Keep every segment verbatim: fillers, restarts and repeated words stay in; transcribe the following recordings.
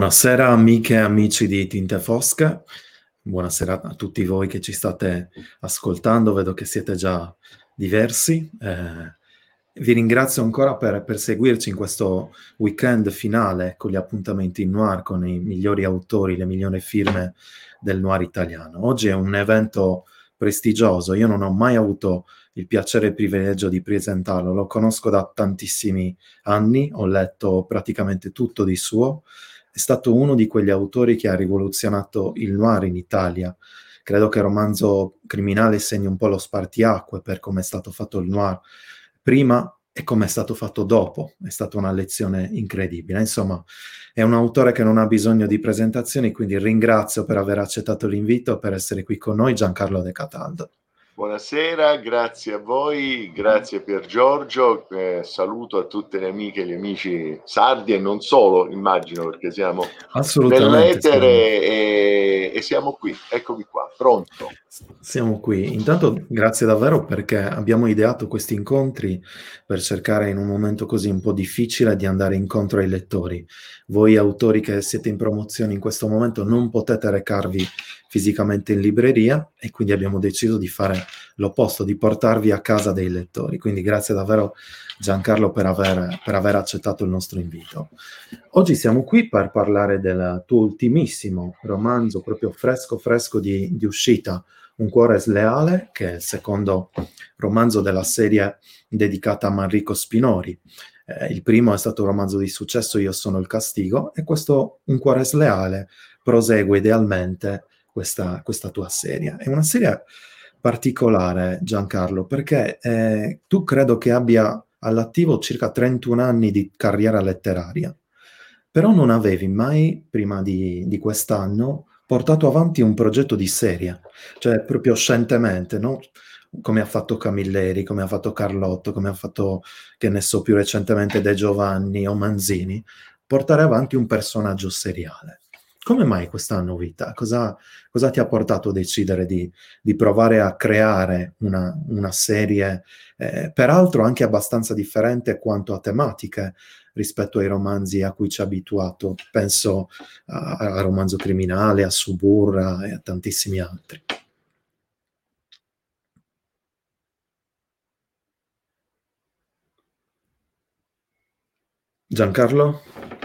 Buonasera amiche e amici di Tinte Fosche, buonasera a tutti voi che ci state ascoltando, vedo che siete già diversi. Eh, vi ringrazio ancora per, per seguirci in questo weekend finale con gli appuntamenti in noir, con i migliori autori, le migliori firme del noir italiano. Oggi è un evento prestigioso, io non ho mai avuto il piacere e il privilegio di presentarlo, lo conosco da tantissimi anni, ho letto praticamente tutto di suo. È stato uno di quegli autori che ha rivoluzionato il noir in Italia. Credo che il romanzo criminale segni un po' lo spartiacque per come è stato fatto il noir prima e come è stato fatto dopo. È stata una lezione incredibile. Insomma, è un autore che non ha bisogno di presentazioni, quindi ringrazio per aver accettato l'invito e per essere qui con noi, Giancarlo De Cataldo. Buonasera, grazie a voi, grazie Pier Giorgio, eh, saluto a tutte le amiche e gli amici sardi e non solo, immagino, perché siamo nell'etere e, e siamo qui, eccomi qua, pronto. Siamo qui. Intanto grazie davvero perché abbiamo ideato questi incontri per cercare in un momento così un po' difficile di andare incontro ai lettori. Voi autori che siete in promozione in questo momento non potete recarvi fisicamente in libreria e quindi abbiamo deciso di fare l'opposto, di portarvi a casa dei lettori. Quindi grazie davvero Giancarlo per aver, per aver accettato il nostro invito. Oggi siamo qui per parlare del tuo ultimissimo romanzo, proprio fresco fresco di, di uscita, Un cuore sleale, che è il secondo romanzo della serie dedicata a Manrico Spinori. Eh, il primo è stato un romanzo di successo, Io sono il castigo, e questo Un cuore sleale prosegue idealmente questa, questa tua serie. È una serie particolare, Giancarlo, perché eh, tu credo che abbia all'attivo circa trentuno anni di carriera letteraria, però non avevi mai, prima di, di quest'anno, portato avanti un progetto di serie, cioè proprio scientemente, no? Come ha fatto Camilleri, come ha fatto Carlotto, come ha fatto, che ne so, più recentemente De Giovanni o Manzini, portare avanti un personaggio seriale. Come mai questa novità? Cosa, cosa ti ha portato a decidere di, di provare a creare una, una serie, eh, peraltro anche abbastanza differente quanto a tematiche rispetto ai romanzi a cui ci ha abituato? Penso a, a Romanzo Criminale, a Suburra e a tantissimi altri. Giancarlo?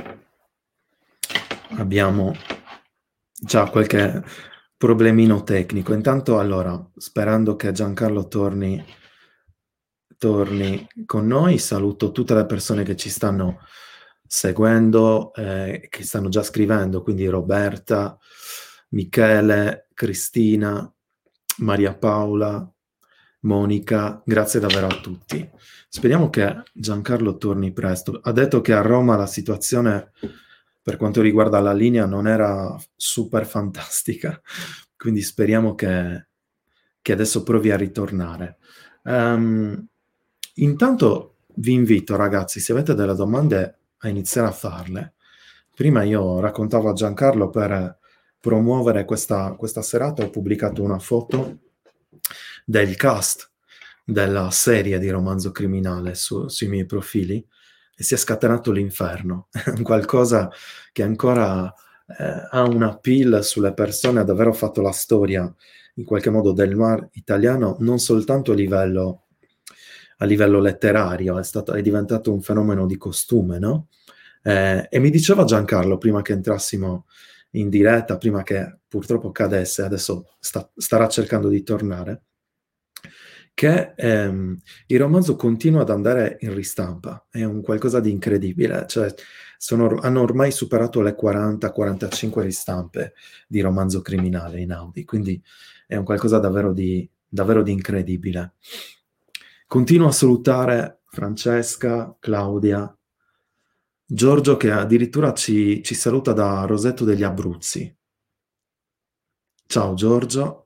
Abbiamo già qualche problemino tecnico. Intanto, allora, sperando che Giancarlo torni, torni con noi, saluto tutte le persone che ci stanno seguendo, eh, che stanno già scrivendo, quindi Roberta, Michele, Cristina, Maria Paola, Monica, grazie davvero a tutti. Speriamo che Giancarlo torni presto. Ha detto che a Roma la situazione per quanto riguarda la linea non era super fantastica, quindi speriamo che, che adesso provi a ritornare. Um, intanto vi invito, ragazzi, se avete delle domande, a iniziare a farle. Prima io raccontavo a Giancarlo per promuovere questa, questa serata, ho pubblicato una foto del cast della serie di Romanzo Criminale su, sui miei profili e si è scatenato l'inferno. È qualcosa che ancora eh, ha un appeal sulle persone, ha davvero fatto la storia in qualche modo del noir italiano, non soltanto a livello, a livello letterario, è, stato, è diventato un fenomeno di costume, no? Eh, e mi diceva Giancarlo, prima che entrassimo in diretta, prima che purtroppo cadesse, adesso sta, starà cercando di tornare, che ehm, il romanzo continua ad andare in ristampa, è un qualcosa di incredibile, cioè sono, hanno ormai superato le quaranta quarantacinque ristampe di Romanzo Criminale in Audi, quindi è un qualcosa davvero di, davvero di incredibile. Continuo a salutare Francesca, Claudia, Giorgio che addirittura ci, ci saluta da Rosetto degli Abruzzi. Ciao Giorgio.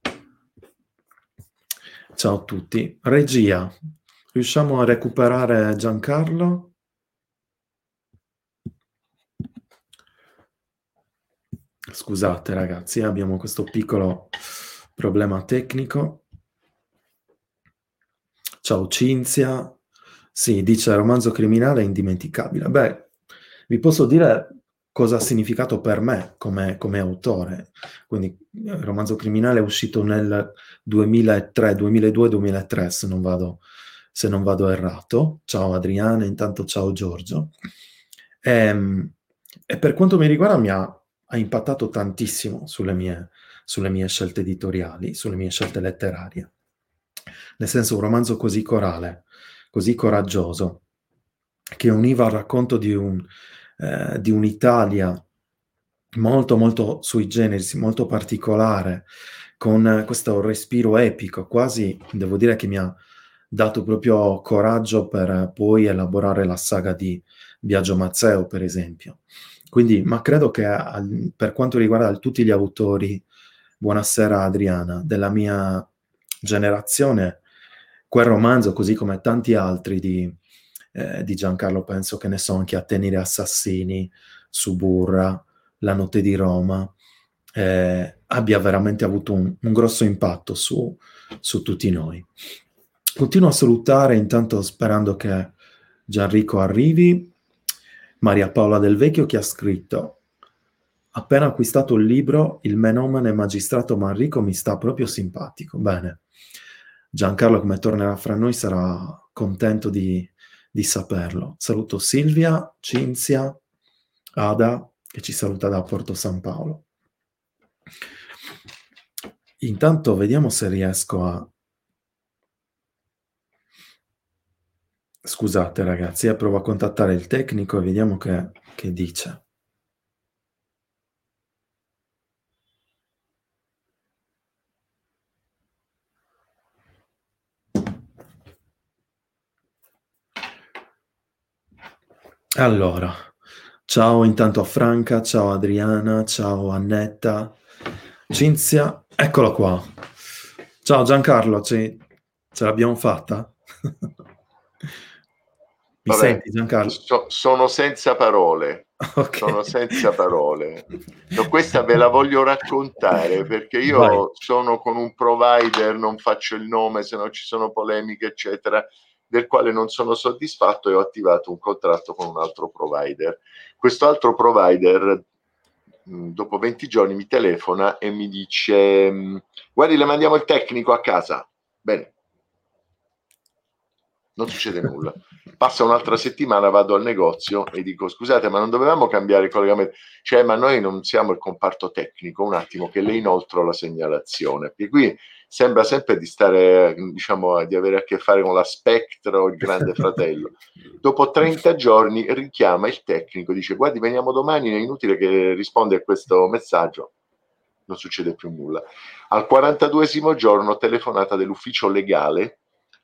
Ciao a tutti. Regia, riusciamo a recuperare Giancarlo? Scusate ragazzi, abbiamo questo piccolo problema tecnico. Ciao Cinzia. Sì, dice Romanzo Criminale è indimenticabile. Beh, vi posso dire cosa ha significato per me come, come autore. Quindi il romanzo criminale è uscito nel duemilatré, duemiladue, duemilatré, se non vado, se non vado errato. Ciao Adriana, intanto ciao Giorgio. E, e per quanto mi riguarda mi ha, ha impattato tantissimo sulle mie, sulle mie scelte editoriali, sulle mie scelte letterarie. Nel senso, un romanzo così corale, così coraggioso, che univa il racconto di, un, eh, di un'Italia molto molto sui generis, molto particolare, con questo respiro epico, quasi devo dire che mi ha dato proprio coraggio per poi elaborare la saga di Biagio Mazzeo, per esempio. Quindi, ma credo che al, per quanto riguarda tutti gli autori, buonasera Adriana, della mia generazione, quel romanzo, così come tanti altri di, eh, di Giancarlo, penso che ne so, anche A tenere assassini, Suburra, La notte di Roma, eh, abbia veramente avuto un, un grosso impatto su, su tutti noi. Continuo a salutare, intanto sperando che Gianrico arrivi, Maria Paola Del Vecchio che ha scritto: appena acquistato il libro, il menomane magistrato Manrico mi sta proprio simpatico. Bene, Giancarlo, come tornerà fra noi, sarà contento di, di saperlo. Saluto Silvia, Cinzia, Ada, che ci saluta da Porto San Paolo. Intanto vediamo se riesco a... Scusate ragazzi, eh, provo a contattare il tecnico e vediamo che, che dice. Allora, ciao intanto a Franca, ciao Adriana, ciao Annetta, Cinzia, eccolo qua. Ciao Giancarlo, ci, ce l'abbiamo fatta? Mi Vabbè, senti Giancarlo? So, sono senza parole. Okay. Sono senza parole. No, questa ve la voglio raccontare perché io Vai. sono con un provider, non faccio il nome se non ci sono polemiche, eccetera, del quale non sono soddisfatto e ho attivato un contratto con un altro provider. Questo altro provider, mh, dopo venti giorni, mi telefona e mi dice: mh, guardi, le mandiamo il tecnico a casa. Bene. Non succede nulla. Passa un'altra settimana, vado al negozio e dico: scusate, ma non dovevamo cambiare il collegamento? Cioè, ma noi non siamo il comparto tecnico, un attimo che le inoltro la segnalazione. Perché qui sembra sempre di stare, diciamo, di avere a che fare con la Spectra o il Grande Fratello. Dopo trenta giorni richiama il tecnico, dice: guardi, veniamo domani, è inutile che risponda a questo messaggio. Non succede più nulla. Al quarantaduesimo giorno, telefonata dell'ufficio legale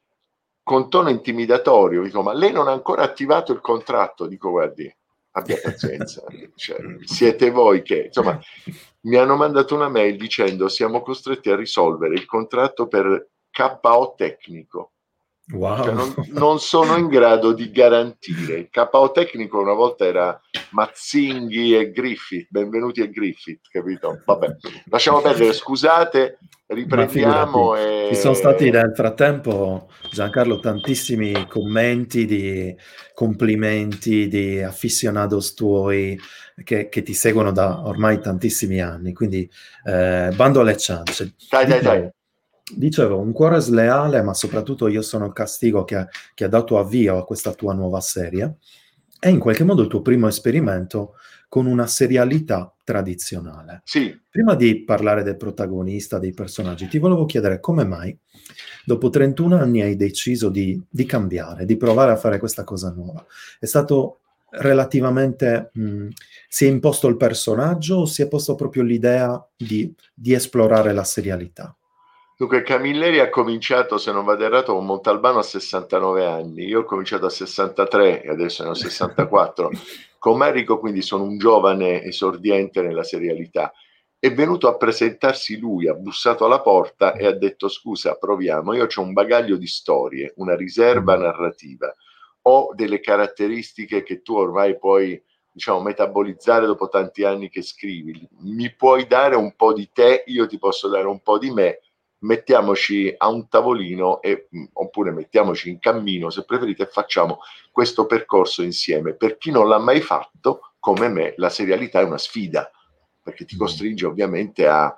con tono intimidatorio, dico: ma lei non ha ancora attivato il contratto? Dico: guardi, abbia pazienza, cioè, siete voi che, insomma, mi hanno mandato una mail dicendo: siamo costretti a risolvere il contratto per K O tecnico. Wow. Cioè, non, non sono in grado di garantire. Il K O tecnico una volta era Mazzinghi e Griffith, benvenuti a Griffith, capito? Vabbè, lasciamo perdere, scusate, riprendiamo. E... ci sono stati nel frattempo, Giancarlo, tantissimi commenti di complimenti di aficionados tuoi che, che ti seguono da ormai tantissimi anni, quindi eh, bando alle ciance. Dai, dai, dai. Dicevo, un cuore sleale, ma soprattutto Io sono il castigo che, che ha dato avvio a questa tua nuova serie, è in qualche modo il tuo primo esperimento con una serialità tradizionale. Sì. Prima di parlare del protagonista, dei personaggi, ti volevo chiedere come mai dopo trentuno anni hai deciso di, di cambiare, di provare a fare questa cosa nuova. È stato relativamente... Mh, si è imposto il personaggio o si è posto proprio l'idea di, di esplorare la serialità? Dunque, Camilleri ha cominciato, se non vado errato, con Montalbano a sessantanove anni. Io ho cominciato a sessantatré e adesso ne ho sessantaquattro. Con Manrico, quindi, sono un giovane esordiente nella serialità. È venuto a presentarsi lui, ha bussato alla porta e ha detto: scusa, proviamo. Io ho un bagaglio di storie, una riserva narrativa, ho delle caratteristiche che tu ormai puoi, diciamo, metabolizzare dopo tanti anni che scrivi. Mi puoi dare un po' di te, io ti posso dare un po' di me. Mettiamoci a un tavolino e, oppure mettiamoci in cammino, se preferite, e facciamo questo percorso insieme. Per chi non l'ha mai fatto, come me, la serialità è una sfida, perché ti costringe ovviamente a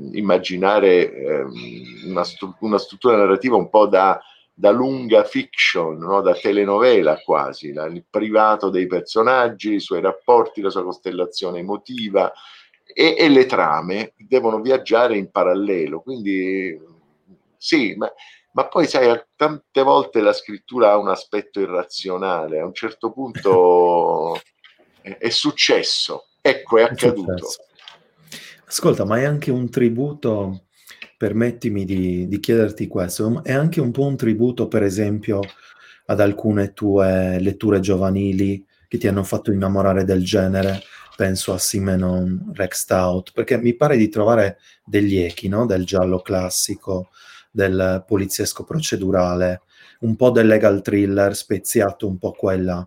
immaginare ehm, una, stru- una struttura narrativa un po' da, da lunga fiction, no? Da telenovela quasi, la, il privato dei personaggi, i suoi rapporti, la sua costellazione emotiva e, e le trame devono viaggiare in parallelo, quindi sì, ma, ma poi sai, tante volte la scrittura ha un aspetto irrazionale, a un certo punto è, è successo, ecco, è accaduto. Ascolta, ma è anche un tributo, permettimi di, di chiederti questo, è anche un po' un tributo, per esempio, ad alcune tue letture giovanili che ti hanno fatto innamorare del genere, penso a Simenon, Rex Stout, perché mi pare di trovare degli echi, no? Del giallo classico, del poliziesco procedurale, un po' del legal thriller speziato un po' quella.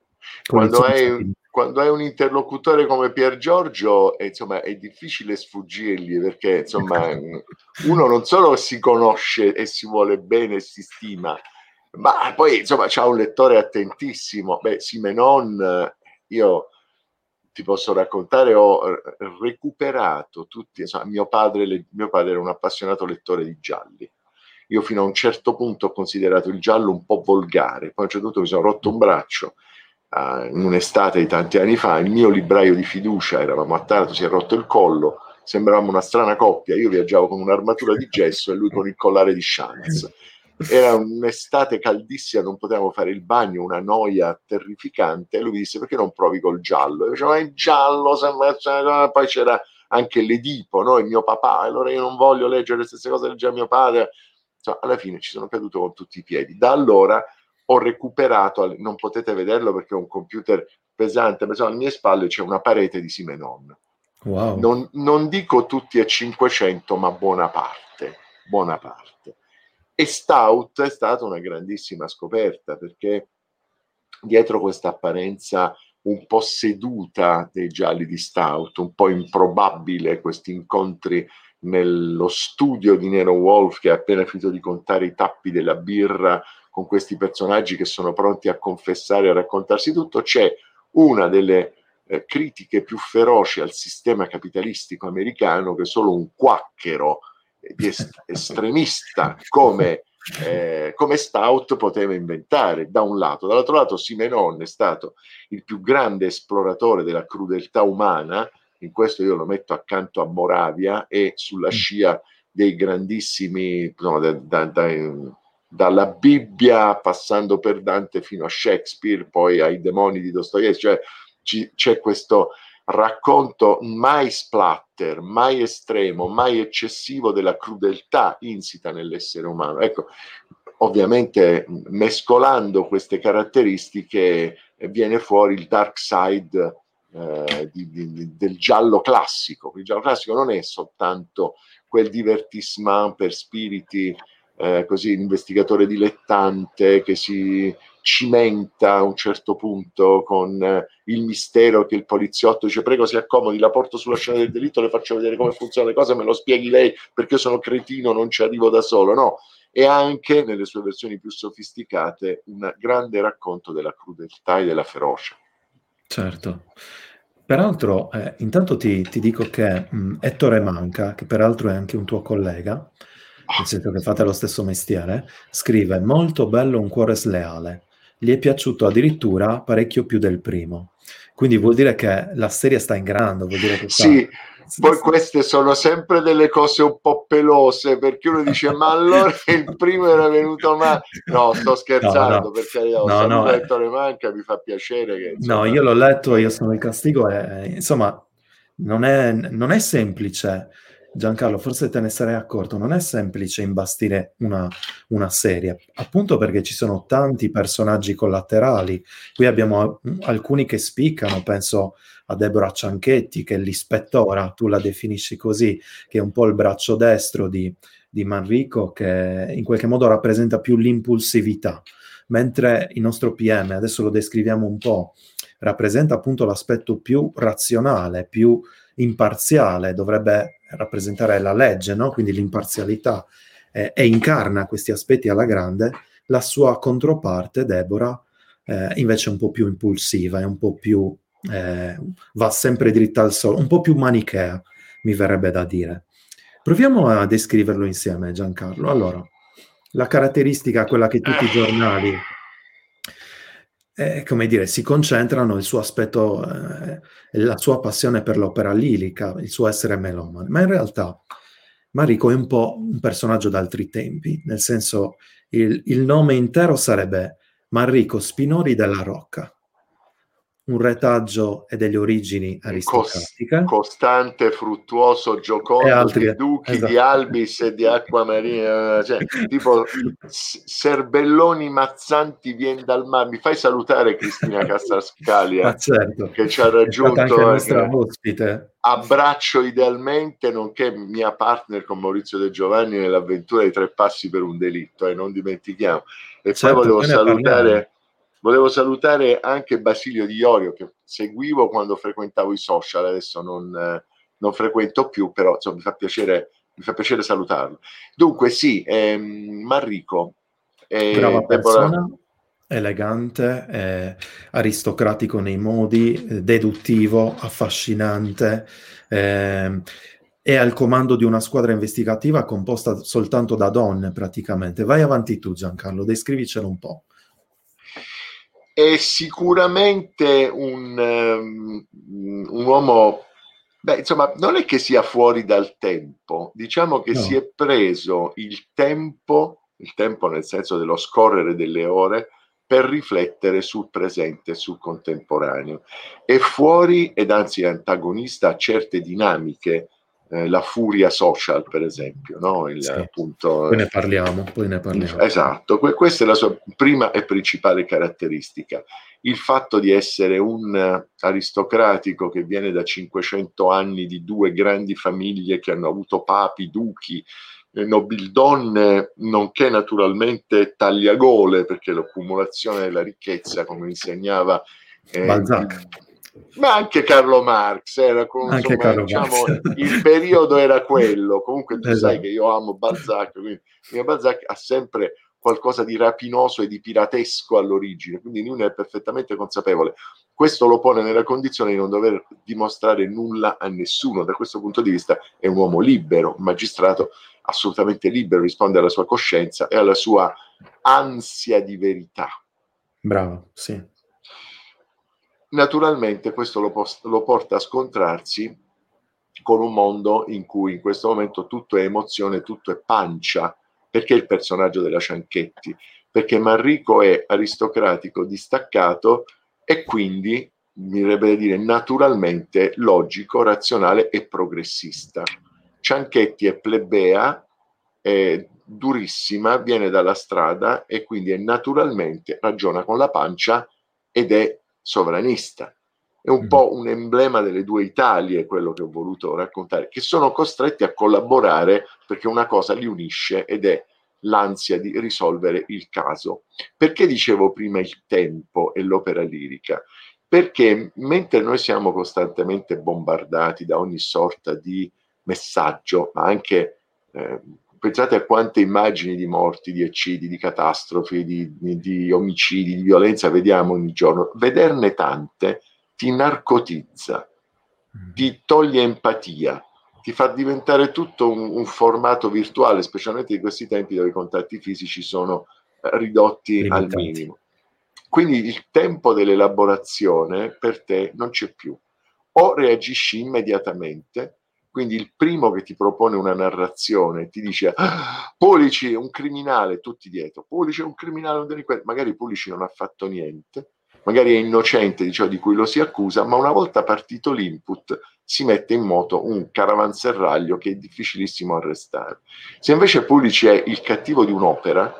Quando hai, quando hai un interlocutore come Pier Giorgio, eh, insomma, è difficile sfuggirgli, perché insomma, uno non solo si conosce e si vuole bene e si stima, ma poi insomma c'ha un lettore attentissimo. Beh, Simenon, io ti posso raccontare, ho recuperato tutti, insomma, mio padre, mio padre era un appassionato lettore di gialli. Io fino a un certo punto ho considerato il giallo un po' volgare, poi a un certo punto mi sono rotto un braccio. Uh, in un'estate di tanti anni fa, il mio libraio di fiducia, eravamo a Taranto, si è rotto il collo, sembravamo una strana coppia, io viaggiavo con un'armatura di gesso e lui con il collare di Shanks. Era un'estate caldissima, non potevamo fare il bagno, una noia terrificante, e lui mi disse: perché non provi col giallo? E io dicevo: ma il giallo sembra... Poi c'era anche l'Edipo, no? Il mio papà, allora io non voglio leggere le stesse cose che leggeva mio padre. Insomma, alla fine ci sono caduto con tutti i piedi. Da allora ho recuperato, non potete vederlo perché ho un computer pesante, ma alle mie spalle c'è una parete di Simenon. Wow. Non, non dico tutti a cinquecento, ma buona parte, buona parte. E Stout è stata una grandissima scoperta, perché dietro questa apparenza un po' seduta dei gialli di Stout, un po' improbabile, questi incontri nello studio di Nero Wolfe, che ha appena finito di contare i tappi della birra con questi personaggi che sono pronti a confessare e a raccontarsi tutto, c'è una delle eh, critiche più feroci al sistema capitalistico americano che solo un quacchero eh, di est- estremista come, eh, come Stout poteva inventare, da un lato. Dall'altro lato Simenon è stato il più grande esploratore della crudeltà umana, in questo io lo metto accanto a Moravia e sulla scia dei grandissimi, no, da, da, da, dalla Bibbia passando per Dante fino a Shakespeare, poi ai demoni di Dostoevsky, cioè ci, c'è questo racconto mai splatter, mai estremo, mai eccessivo della crudeltà insita nell'essere umano. Ecco, ovviamente mescolando queste caratteristiche viene fuori il dark side eh, di, di, del giallo classico. Il giallo classico non è soltanto quel divertissement per spiriti eh, così, investigatore dilettante che si cimenta a un certo punto con eh, il mistero, che il poliziotto dice: prego si accomodi, la porto sulla scena del delitto, le faccio vedere come funzionano le cose, me lo spieghi lei perché io sono cretino, non ci arrivo da solo. No, e anche nelle sue versioni più sofisticate un grande racconto della crudeltà e della ferocia. Certo. Peraltro, eh, intanto ti, ti dico che mh, Ettore Manca, che peraltro è anche un tuo collega, nel senso che fate lo stesso mestiere, scrive: molto bello Un cuore sleale. Gli è piaciuto addirittura parecchio più del primo. Quindi vuol dire che la serie sta ingranando, vuol dire che sta... Sì, poi queste sono sempre delle cose un po' pelose, perché uno dice: ma allora il primo era venuto male. No, sto scherzando, no, no. perché io no, saluto no, Ettore Manca, mi fa piacere che insomma... No, io l'ho letto, eh. Io sono il castigo e insomma non è, non è semplice, Giancarlo, forse te ne sarei accorto, non è semplice imbastire una, una serie, appunto perché ci sono tanti personaggi collaterali. Qui abbiamo alcuni che spiccano, penso a Deborah Cianchetti, che è l'ispettora, tu la definisci così, che è un po' il braccio destro di, di Manrico, che in qualche modo rappresenta più l'impulsività, mentre il nostro P M, adesso lo descriviamo un po', rappresenta appunto l'aspetto più razionale, più imparziale, dovrebbe rappresentare la legge, no? Quindi l'imparzialità, eh, e incarna questi aspetti alla grande. La sua controparte, Deborah, eh, invece è un po' più impulsiva, è un po' più eh, va sempre dritta al sole, un po' più manichea, mi verrebbe da dire. Proviamo a descriverlo insieme, Giancarlo. Allora, la caratteristica, quella che tutti i giornali, eh, come dire, si concentrano, il suo aspetto, eh, la sua passione per l'opera lirica, il suo essere melomane, ma in realtà Manrico è un po' un personaggio d'altri tempi, nel senso, il, il nome intero sarebbe Manrico Spinori della Rocca, un retaggio e delle origini Cos- aristocratiche, costante, fruttuoso, e giocondo, altri, di duchi, di esatto. albis e di acqua marina, cioè, tipo s- Serbelloni Mazzanti vien dal mare. Mi fai salutare Cristina Ma Cassascalia, certo, che ci ha è stata anche raggiunto, nostra eh, ospite. abbraccio idealmente, nonché mia partner con Maurizio De Giovanni nell'avventura di Tre Passi per un delitto, e eh, non dimentichiamo. E poi Certo, volevo poi ne parliamo. salutare, volevo salutare anche Basilio Di Iorio, che seguivo quando frequentavo i social, adesso non, eh, non frequento più, però insomma, mi fa piacere, mi fa piacere salutarlo. Dunque sì, ehm, Manrico, Brava eh, Deborah, persona, elegante, eh, aristocratico nei modi, eh, deduttivo, affascinante, eh, è al comando di una squadra investigativa composta soltanto da donne, praticamente. Vai avanti tu, Giancarlo, descrivicelo un po'. è sicuramente un, um, un uomo, beh, insomma, non è che sia fuori dal tempo, diciamo che si No, è preso il tempo, il tempo nel senso dello scorrere delle ore, per riflettere sul presente e sul contemporaneo. È fuori ed anzi è antagonista a certe dinamiche, eh, la furia social, per esempio, no? Il, sì. appunto, Poi ne parliamo, poi ne parliamo. esatto, questa è la sua prima e principale caratteristica. Il fatto di essere un aristocratico che viene da cinquecento anni di due grandi famiglie che hanno avuto papi, duchi, nobildonne, nonché naturalmente tagliagole, perché l'accumulazione della ricchezza, come insegnava eh, Balzac, ma anche Carlo Marx, era con, anche insomma, Carlo Marx. diciamo, il periodo era quello. Comunque tu sai che Esatto. io amo Balzac, quindi Balzac ha sempre qualcosa di rapinoso e di piratesco all'origine, quindi lui ne è perfettamente consapevole. Questo lo pone nella condizione di non dover dimostrare nulla a nessuno. Da questo punto di vista è un uomo libero, un magistrato assolutamente libero, risponde alla sua coscienza e alla sua ansia di verità. Bravo, sì. Naturalmente questo lo, post- lo porta a scontrarsi con un mondo in cui in questo momento tutto è emozione, tutto è pancia. Perché il personaggio della Cianchetti? Perché Manrico è aristocratico, distaccato e quindi, mi verrebbe da dire, naturalmente logico, razionale e progressista. Cianchetti è plebea, è durissima, viene dalla strada e quindi è naturalmente, ragiona con la pancia ed è sovranista. È un po' un emblema delle due Italie, quello che ho voluto raccontare, che sono costretti a collaborare perché una cosa li unisce ed è l'ansia di risolvere il caso. Perché dicevo prima il tempo e l'opera lirica? Perché mentre noi siamo costantemente bombardati da ogni sorta di messaggio, ma anche eh, pensate a quante immagini di morti, di eccidi, di catastrofi, di, di, di omicidi, di violenza vediamo ogni giorno. Vederne tante ti narcotizza, ti toglie empatia, ti fa diventare tutto un, un formato virtuale, specialmente in questi tempi dove i contatti fisici sono eh, ridotti al Limitati. minimo. Quindi il tempo dell'elaborazione per te non c'è più. O reagisci immediatamente, quindi il primo che ti propone una narrazione ti dice ah, Polici è un criminale, tutti dietro, Polici è un criminale, un delinquente, magari Polici non ha fatto niente, magari è innocente di ciò di cui lo si accusa, ma una volta partito l'input si mette in moto un caravanserraglio che è difficilissimo arrestare. Se invece Pulici è il cattivo di un'opera,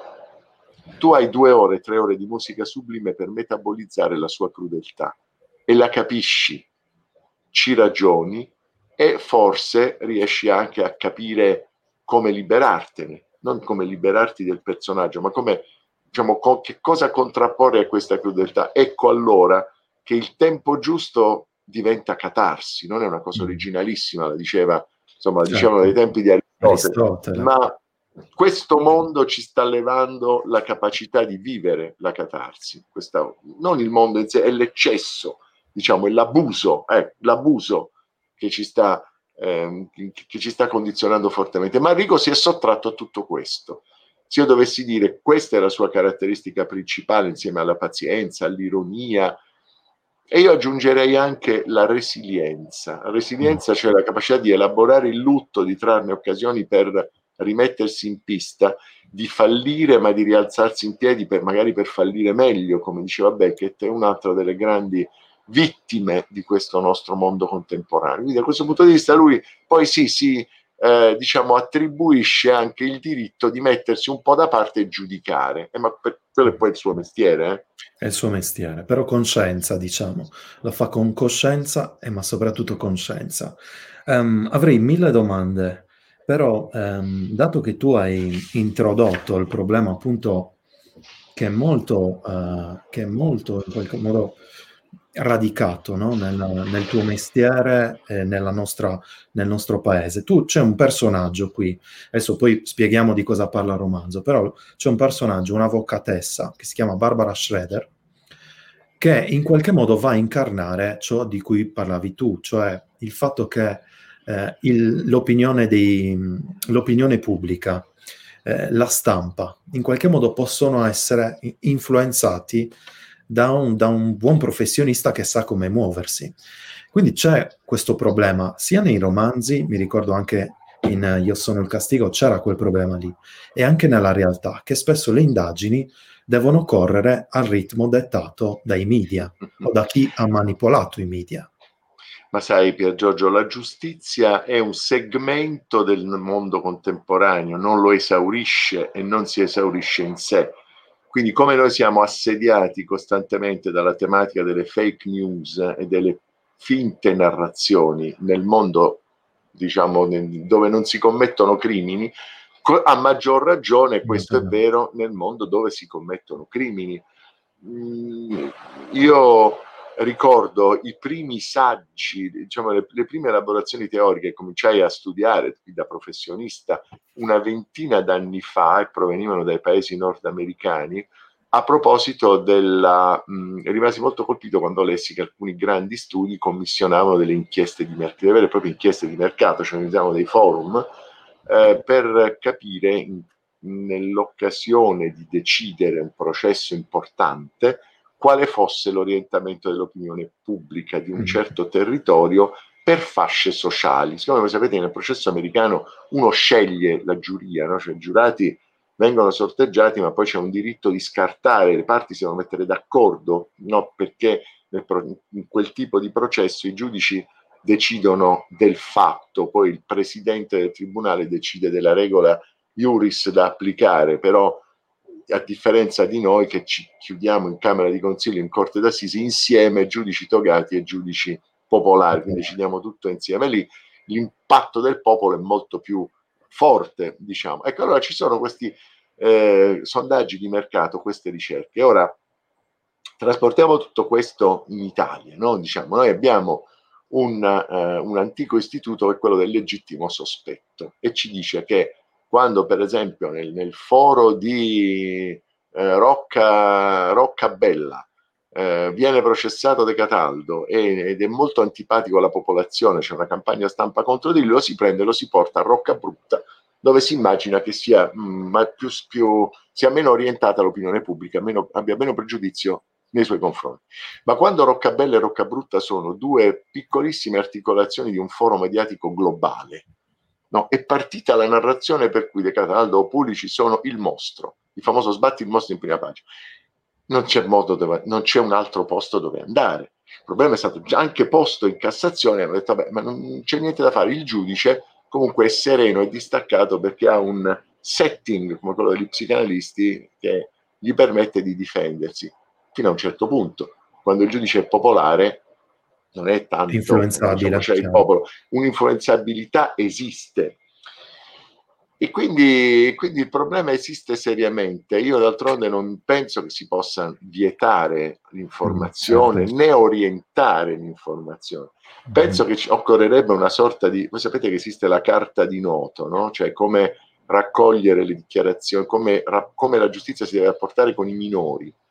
tu hai due ore, tre ore di musica sublime per metabolizzare la sua crudeltà e la capisci, ci ragioni e forse riesci anche a capire come liberartene, non come liberarti del personaggio, ma come, diciamo, co- che cosa contrapporre a questa crudeltà. Ecco allora che il tempo giusto diventa catarsi, non è una cosa originalissima, la diceva, insomma, la dicevano dai Certo. tempi di Aristotele, Aristotele. ma questo mondo ci sta levando la capacità di vivere la catarsi, questa, non il mondo in sé, è l'eccesso di diciamo, è l'abuso, eh, l'abuso che ci sta, eh, che ci sta condizionando fortemente. Ma Enrico si è sottratto a tutto questo. Se io dovessi dire questa è la sua caratteristica principale, insieme alla pazienza, all'ironia, e io aggiungerei anche la resilienza. La resilienza, cioè la capacità di elaborare il lutto, di trarne occasioni per rimettersi in pista, di fallire ma di rialzarsi in piedi, per, magari per fallire meglio, come diceva Beckett, è un'altra delle grandi vittime di questo nostro mondo contemporaneo. Quindi da questo punto di vista lui poi sì, sì, eh, diciamo, attribuisce anche il diritto di mettersi un po' da parte e giudicare, eh, ma per, quello è poi il suo mestiere. Eh? È il suo mestiere, però coscienza, diciamo, lo fa con coscienza, e ma soprattutto coscienza. Um, avrei mille domande, però um, dato che tu hai introdotto il problema appunto che è molto, uh, che è molto in qualche modo radicato, no? nel, nel tuo mestiere e nella nostra, nel nostro paese. Tu c'è un personaggio qui, adesso poi spieghiamo di cosa parla il romanzo, però c'è un personaggio, un'avvocatessa che si chiama Barbara Schroeder, che in qualche modo va a incarnare ciò di cui parlavi tu, cioè il fatto che eh, il, l'opinione, dei, l'opinione pubblica, eh, la stampa, in qualche modo possono essere influenzati da un, da un buon professionista che sa come muoversi. Quindi c'è questo problema sia nei romanzi, mi ricordo anche in Io sono il castigo c'era quel problema lì, e anche nella realtà, che spesso le indagini devono correre al ritmo dettato dai media o da chi ha manipolato i media. Ma sai, Pier Giorgio, la giustizia è un segmento del mondo contemporaneo, non lo esaurisce e non si esaurisce in sé. Quindi come noi siamo assediati costantemente dalla tematica delle fake news e delle finte narrazioni nel mondo, diciamo, dove non si commettono crimini, a maggior ragione questo è vero nel mondo dove si commettono crimini. Io ricordo i primi saggi, diciamo le, le prime elaborazioni teoriche che cominciai a studiare da professionista una ventina d'anni fa e provenivano dai paesi nordamericani. A proposito della, mh, rimasi molto colpito quando lessi che alcuni grandi studi commissionavano delle inchieste di mercato, delle vere e proprie inchieste di mercato, cioè usiamo dei forum eh, per capire in, nell'occasione di decidere un processo importante quale fosse l'orientamento dell'opinione pubblica di un certo territorio per fasce sociali. Siccome voi sapete nel processo americano uno sceglie la giuria, no? Cioè i giurati vengono sorteggiati, ma poi c'è un diritto di scartare, le parti si devono mettere d'accordo, no? Perché nel pro- in quel tipo di processo i giudici decidono del fatto, poi il presidente del tribunale decide della regola iuris da applicare, però a differenza di noi che ci chiudiamo in Camera di Consiglio, in Corte d'Assisi, insieme giudici togati e giudici popolari, quindi decidiamo tutto insieme. Lì l'impatto del popolo è molto più forte, diciamo. Ecco, allora ci sono questi eh, sondaggi di mercato, queste ricerche. Ora, trasportiamo tutto questo in Italia, no? Diciamo, noi abbiamo un, uh, un antico istituto che è quello del legittimo sospetto e ci dice che quando per esempio nel, nel foro di eh, Rocca, Roccabella eh, viene processato De Cataldo e, ed è molto antipatico alla popolazione, c'è una campagna stampa contro di lui, lo si prende e lo si porta a Roccabrutta, dove si immagina che sia, mh, più, più, sia meno orientata all'opinione pubblica, meno, abbia meno pregiudizio nei suoi confronti. Ma quando Roccabella e Roccabrutta sono due piccolissime articolazioni di un foro mediatico globale, no, è partita la narrazione per cui De Cataldo o Pulici sono il mostro, il famoso sbatti il mostro in prima pagina. Non c'è modo dove, non c'è un altro posto dove andare. Il problema è stato già anche posto in Cassazione, hanno detto vabbè, ma non c'è niente da fare, il giudice comunque è sereno e distaccato perché ha un setting come quello degli psicanalisti che gli permette di difendersi fino a un certo punto. Quando il giudice è popolare non è tanto influenzabile, diciamo, c'è il popolo, un'influenzabilità esiste. E quindi, quindi il problema esiste seriamente. Io d'altronde non penso che si possa vietare l'informazione, mm, certo. né orientare l'informazione. Penso mm. che ci occorrerebbe una sorta di... Voi sapete che esiste la carta di Noto, no? Cioè come raccogliere le dichiarazioni, come, ra, come la giustizia si deve rapportare con i minori.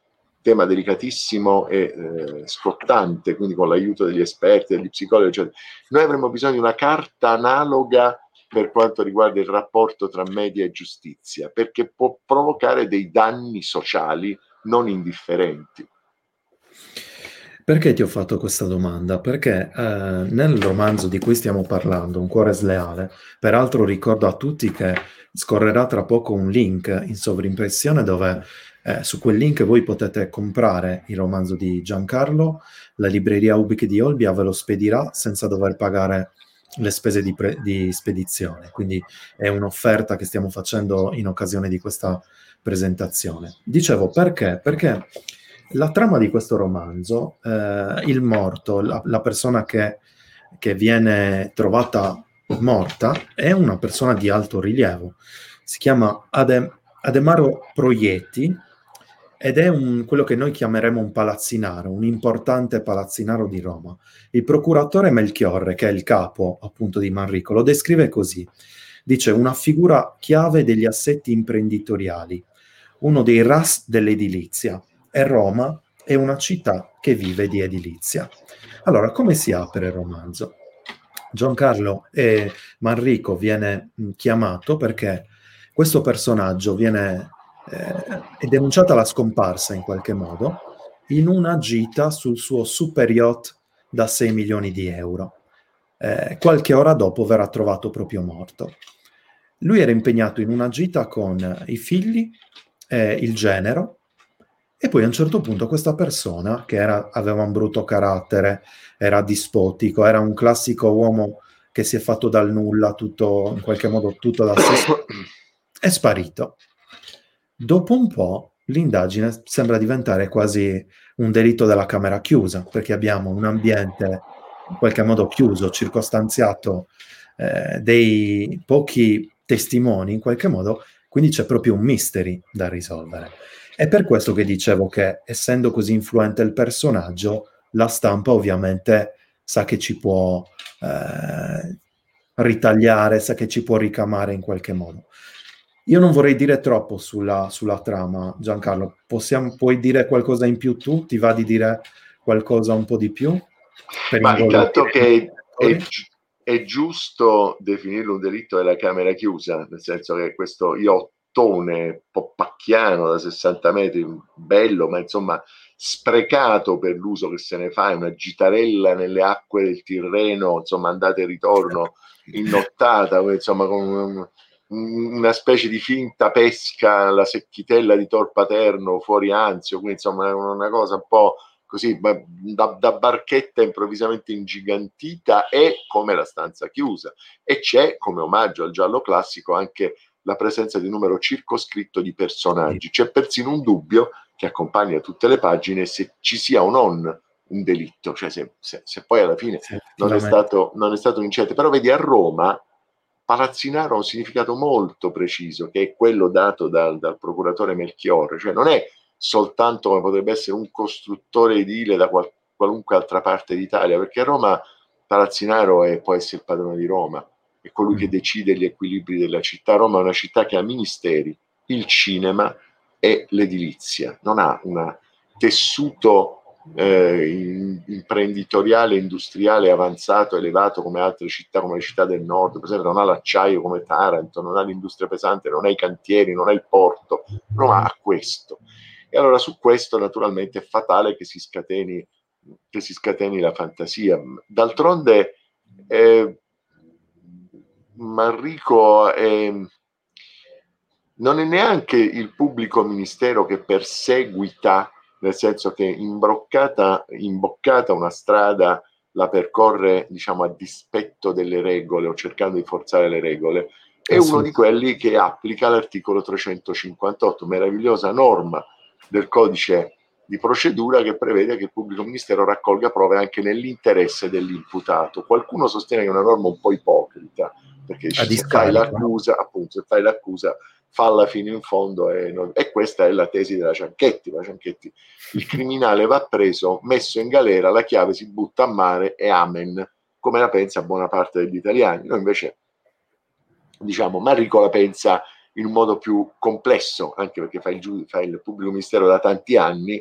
tema delicatissimo e eh, scottante, quindi con l'aiuto degli esperti, degli psicologi, eccetera. Noi avremmo bisogno di una carta analoga per quanto riguarda il rapporto tra media e giustizia, perché può provocare dei danni sociali non indifferenti. Perché ti ho fatto questa domanda? Perché eh, nel romanzo di cui stiamo parlando, Un cuore sleale, peraltro ricordo a tutti che scorrerà tra poco un link in sovrimpressione dove eh, su quel link voi potete comprare il romanzo di Giancarlo, la libreria Ubik di Olbia ve lo spedirà senza dover pagare le spese di, pre- di spedizione, quindi è un'offerta che stiamo facendo in occasione di questa presentazione. Dicevo perché? Perché la trama di questo romanzo, eh, il morto, la, la persona che, che viene trovata morta, è una persona di alto rilievo. Si chiama Adem, Ademaro Proietti ed è un, quello che noi chiameremo un palazzinaro, un importante palazzinaro di Roma. Il procuratore Melchiorre, che è il capo appunto di Manrico, lo descrive così. Dice una figura chiave degli assetti imprenditoriali, uno dei ras dell'edilizia, e Roma è una città che vive di edilizia. Allora, come si apre il romanzo? Giancarlo e Manrico viene chiamato perché questo personaggio viene eh, è denunciata la scomparsa in qualche modo in una gita sul suo super yacht da sei milioni di euro. Eh, qualche ora dopo verrà trovato proprio morto. Lui era impegnato in una gita con i figli, eh, il genero, e poi a un certo punto questa persona, che era, aveva un brutto carattere, era dispotico, era un classico uomo che si è fatto dal nulla, tutto in qualche modo tutto da sé, è sparito. Dopo un po' l'indagine sembra diventare quasi un delitto della camera chiusa, perché abbiamo un ambiente in qualche modo chiuso, circostanziato, eh, dei pochi testimoni in qualche modo, quindi c'è proprio un mystery da risolvere. È per questo che dicevo che, essendo così influente il personaggio, la stampa ovviamente sa che ci può eh, ritagliare, sa che ci può ricamare in qualche modo. Io non vorrei dire troppo sulla, sulla trama, Giancarlo. Possiamo, puoi dire qualcosa in più tu? Ti va di dire qualcosa un po' di più? Per Ma intanto che è, è giusto definirlo un delitto della camera chiusa, nel senso che questo iottone un po' pacchiano da sessanta metri, bello, ma insomma sprecato per l'uso che se ne fa, è una gitarella nelle acque del Tirreno, insomma andata e ritorno in nottata, insomma con un, una specie di finta pesca alla Secchitella di Tor Paterno fuori Anzio, quindi insomma è una cosa un po' così da, da barchetta improvvisamente ingigantita, e come la stanza chiusa, e c'è come omaggio al giallo classico anche la presenza di un numero circoscritto di personaggi. C'è persino un dubbio che accompagna tutte le pagine se ci sia o non un delitto, cioè se, se, se poi alla fine non è stato, non è stato un incidente. Però vedi, a Roma palazzinaro ha un significato molto preciso, che è quello dato dal, dal procuratore Melchiorre, cioè non è soltanto come potrebbe essere un costruttore edile da qual, qualunque altra parte d'Italia, perché a Roma palazzinaro è, può essere il padrone di Roma, è colui che decide gli equilibri della città. Roma è una città che ha ministeri, il cinema e l'edilizia, non ha un tessuto eh, imprenditoriale, industriale avanzato, elevato come altre città, come le città del nord. Per esempio non ha l'acciaio come Taranto, non ha l'industria pesante, non ha i cantieri, non ha il porto. Roma ha questo. E allora su questo naturalmente è fatale che si scateni, che si scateni la fantasia. D'altronde eh, Manrico è, non è neanche il pubblico ministero che perseguita, nel senso che imbroccata, imboccata una strada la percorre, diciamo, a dispetto delle regole o cercando di forzare le regole. È uno di quelli che applica l'articolo trecentocinquantotto, meravigliosa norma del codice di procedura che prevede che il pubblico ministero raccolga prove anche nell'interesse dell'imputato. Qualcuno sostiene che è una norma un po' ipocrita, perché se fai l'accusa, appunto, se fai l'accusa, falla fino in fondo, e, non, e questa è la tesi della Cianchetti. La Cianchetti, il criminale va preso, messo in galera, la chiave si butta a mare e amen, come la pensa buona parte degli italiani. Noi invece, diciamo, Manrico la pensa in un modo più complesso, anche perché fa il, fa il pubblico ministero da tanti anni,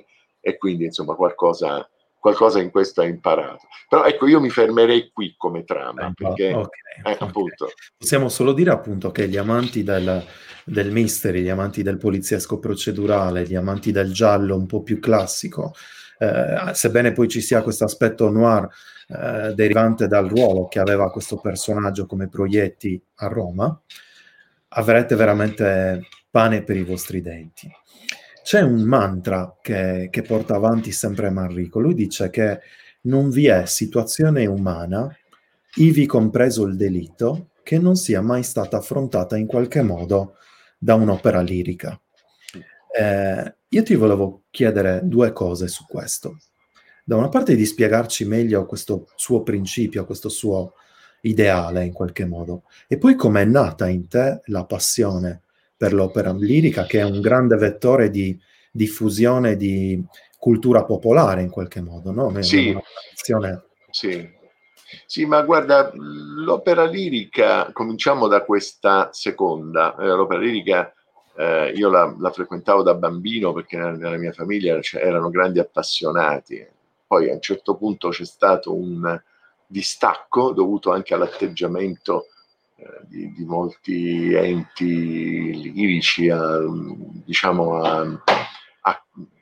e quindi insomma qualcosa, qualcosa in questo ha imparato. Però ecco, io mi fermerei qui come trama, Eh, perché okay, eh, okay. appunto. Possiamo solo dire appunto che gli amanti del del mystery, gli amanti del poliziesco procedurale, gli amanti del giallo un po' più classico, ehm, sebbene poi ci sia questo aspetto noir, ehm, derivante dal ruolo che aveva questo personaggio come Proietti a Roma, avrete veramente pane per i vostri denti. C'è un mantra che che porta avanti sempre Manrico. Lui dice che non vi è situazione umana, ivi compreso il delitto, che non sia mai stata affrontata in qualche modo da un'opera lirica. Ehm, io ti volevo chiedere due cose su questo. Da una parte di spiegarci meglio questo suo principio, questo suo ideale in qualche modo, e poi com'è nata in te la passione per l'opera lirica, che è un grande vettore di diffusione di cultura popolare in qualche modo, no, noi abbiamo Sì, una tradizione. sì. Sì, ma guarda, l'opera lirica, cominciamo da questa seconda, eh, l'opera lirica eh, io la, la frequentavo da bambino perché nella, nella mia famiglia cioè, erano grandi appassionati, poi a un certo punto c'è stato un distacco dovuto anche all'atteggiamento eh, di, di molti enti lirici, a, diciamo a, a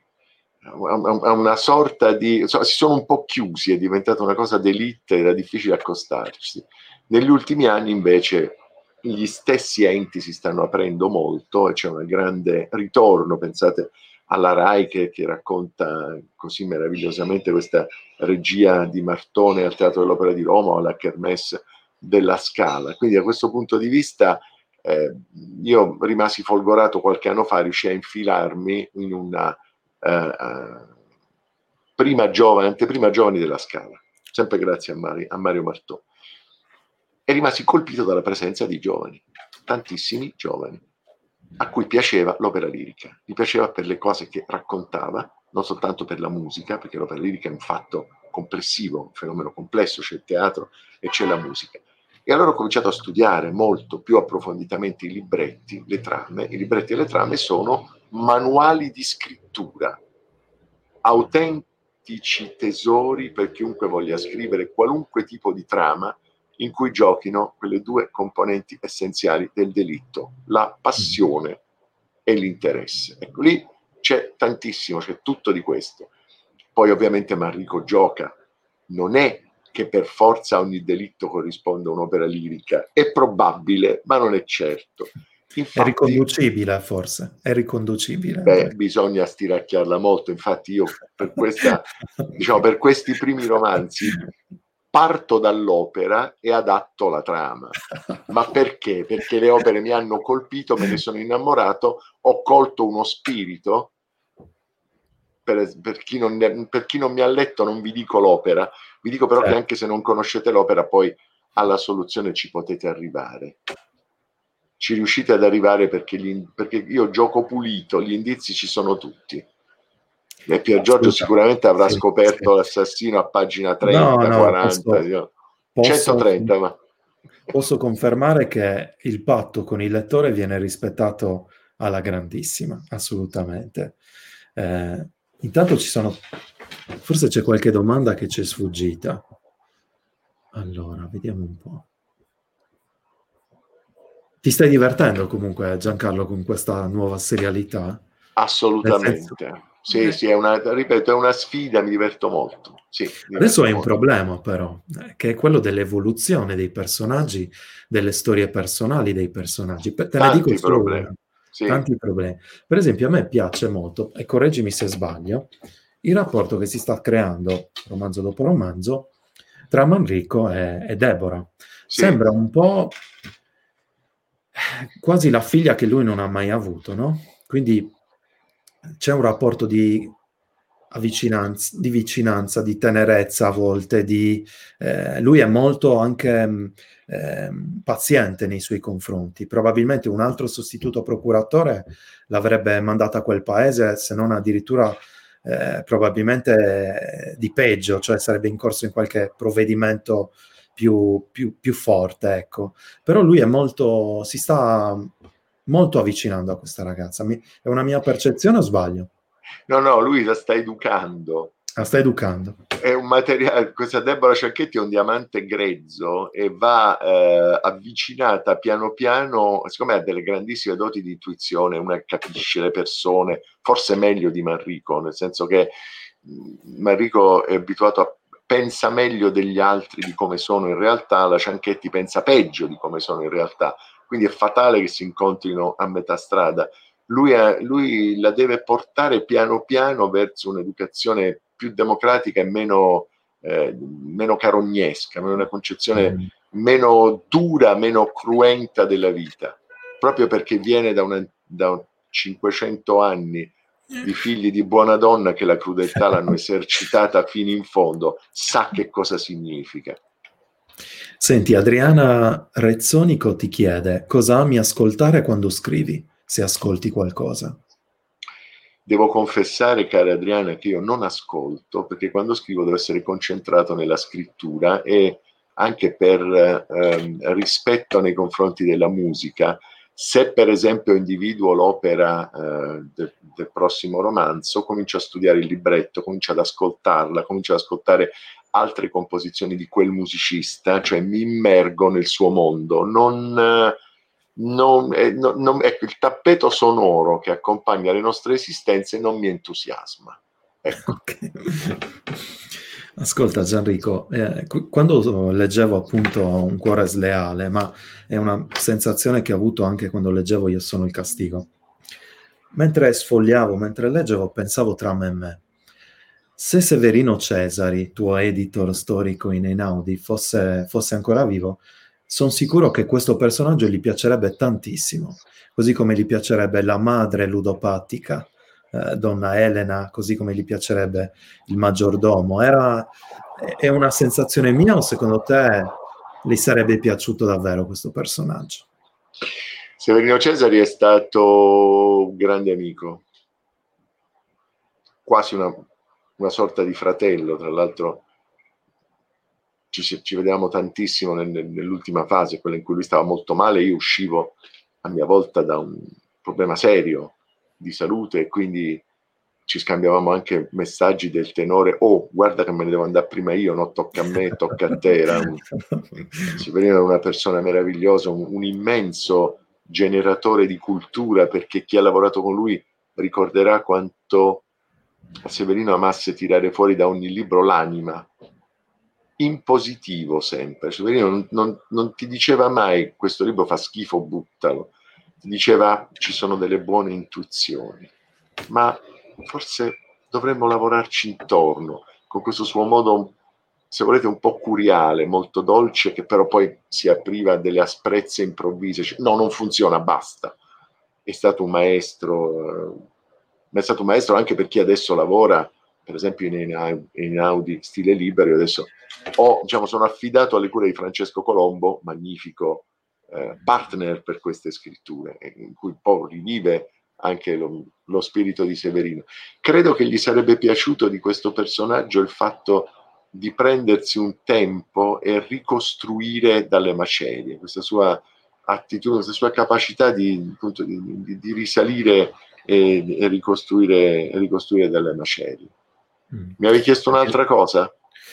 a una sorta di, insomma, si sono un po' chiusi, è diventata una cosa d'élite, era difficile accostarci. Negli ultimi anni invece gli stessi enti si stanno aprendo molto e c'è un grande ritorno, pensate alla Rai che, che racconta così meravigliosamente questa regia di Martone al Teatro dell'Opera di Roma o alla Kermesse della Scala. Quindi da questo punto di vista eh, io rimasi folgorato qualche anno fa, riuscii a infilarmi in una Uh, prima giovane, anteprima giovani della Scala, sempre grazie a, Mari, a Mario Martò, e rimasi colpito dalla presenza di giovani, tantissimi giovani, a cui piaceva l'opera lirica, gli piaceva per le cose che raccontava, non soltanto per la musica, perché l'opera lirica è un fatto complessivo, un fenomeno complesso, c'è il teatro e c'è la musica. E allora ho cominciato a studiare molto più approfonditamente i libretti, le trame. I libretti e le trame sono manuali di scrittura, autentici tesori per chiunque voglia scrivere qualunque tipo di trama in cui giochino quelle due componenti essenziali del delitto, la passione e l'interesse. Ecco, lì c'è tantissimo, c'è tutto di questo. Poi ovviamente Manrico gioca, non è che per forza ogni delitto corrisponde a un'opera lirica, è probabile, ma non è certo. Infatti, è riconducibile, forse, è riconducibile. Beh, bisogna stiracchiarla molto, infatti io per, questa, diciamo, per questi primi romanzi parto dall'opera e adatto la trama. Ma perché? Perché le opere mi hanno colpito, me ne sono innamorato, ho colto uno spirito. Per, per, chi non, per chi non mi ha letto non vi dico l'opera, vi dico però certo. Che anche se non conoscete l'opera poi alla soluzione ci potete arrivare. Ci riuscite ad arrivare perché, gli, perché io gioco pulito, gli indizi ci sono tutti. E Pier Giorgio sicuramente avrà sì, scoperto sì. L'assassino a pagina trenta, no, no, quaranta, posso, posso, centotrenta. Ma... Posso confermare che il patto con il lettore viene rispettato alla grandissima, assolutamente. Eh, intanto ci sono, forse c'è qualche domanda che ci è sfuggita. Allora, vediamo un po'. Ti stai divertendo comunque, Giancarlo, con questa nuova serialità? Assolutamente. Senso... Sì, eh. sì, è una, ripeto, è una sfida, mi diverto molto. Sì, mi Adesso hai molto. un problema però, che è quello dell'evoluzione dei personaggi, delle storie personali dei personaggi. Te Tanti ne dico solo problemi. una. Sì. Tanti problemi. Per esempio, a me piace molto, e correggimi se sbaglio, il rapporto che si sta creando, romanzo dopo romanzo, tra Manrico e, e Deborah. Sì. Sembra un po' quasi la figlia che lui non ha mai avuto, no? Quindi c'è un rapporto di vicinanza, di vicinanza, di tenerezza a volte, di, eh, lui è molto anche eh, paziente nei suoi confronti. Probabilmente un altro sostituto procuratore l'avrebbe mandato a quel paese, se non addirittura eh, probabilmente di peggio, cioè sarebbe incorso in qualche provvedimento più, più, più forte, ecco. Però lui è molto, si sta molto avvicinando a questa ragazza. Mi, è una mia percezione o sbaglio? No, no, lui la sta educando. La sta educando. È un materiale, questa Deborah Cianchetti è un diamante grezzo e va eh, avvicinata piano piano, siccome ha delle grandissime doti di intuizione, una capisce le persone, forse meglio di Manrico, nel senso che Manrico è abituato a pensa meglio degli altri di come sono in realtà, la Cianchetti pensa peggio di come sono in realtà, quindi è fatale che si incontrino a metà strada. Lui, è, lui la deve portare piano piano verso un'educazione più democratica e meno, eh, meno carognesca, una concezione mm. meno dura, meno cruenta della vita, proprio perché viene da, una, da cinquecento anni di figli di buona donna che la crudeltà l'hanno esercitata fino in fondo, sa che cosa significa. Senti, Adriana Rezzonico ti chiede: cosa ami ascoltare quando scrivi, se ascolti qualcosa? Devo confessare, cara Adriana, che io non ascolto, perché quando scrivo devo essere concentrato nella scrittura e anche per ehm, rispetto nei confronti della musica. Se per esempio individuo l'opera eh, de, del prossimo romanzo, comincio a studiare il libretto, comincio ad ascoltarla, comincio ad ascoltare altre composizioni di quel musicista, cioè mi immergo nel suo mondo. Non, non, eh, non, non, ecco, il tappeto sonoro che accompagna le nostre esistenze non mi entusiasma. Ecco. Okay. Ascolta Gianrico, eh, quando leggevo appunto Un cuore sleale, ma è una sensazione che ho avuto anche quando leggevo Io sono il castigo, mentre sfogliavo, mentre leggevo, pensavo tra me e me: se Severino Cesari, tuo editor storico in Einaudi, fosse, fosse ancora vivo, sono sicuro che questo personaggio gli piacerebbe tantissimo, così come gli piacerebbe la madre ludopatica, eh, donna Elena, così come gli piacerebbe il maggiordomo. Era, è una sensazione mia o secondo te gli sarebbe piaciuto davvero questo personaggio? Severino Cesari è stato un grande amico, quasi una, una sorta di fratello, tra l'altro ci, ci vedevamo tantissimo nel, nell'ultima fase, quella in cui lui stava molto male. Io uscivo a mia volta da un problema serio di salute e quindi ci scambiavamo anche messaggi del tenore: oh, guarda che me ne devo andare prima io, no, tocca a me, tocca a te. Era un, Severino era una persona meravigliosa, un, un immenso generatore di cultura, perché chi ha lavorato con lui ricorderà quanto Severino amasse tirare fuori da ogni libro l'anima, in positivo sempre. Severino non, non, non ti diceva mai questo libro fa schifo, buttalo, ti diceva ci sono delle buone intuizioni, ma forse dovremmo lavorarci intorno, con questo suo modo, se volete, un po' curiale, molto dolce, che però poi si apriva a delle asprezze improvvise. Cioè, no, non funziona, basta. È stato un maestro, eh, ma è stato un maestro anche per chi adesso lavora, per esempio in Einaudi stile libero. Io adesso ho, diciamo, sono affidato alle cure di Francesco Colombo, magnifico eh, partner per queste scritture, in cui un po' rivive anche lo, lo spirito di Severino. Credo che gli sarebbe piaciuto di questo personaggio il fatto di prendersi un tempo e ricostruire dalle macerie, questa sua attitudine, questa sua capacità di, appunto, di, di, di risalire e, e ricostruire, ricostruire dalle macerie. Mm. Mi avevi chiesto un'altra cosa?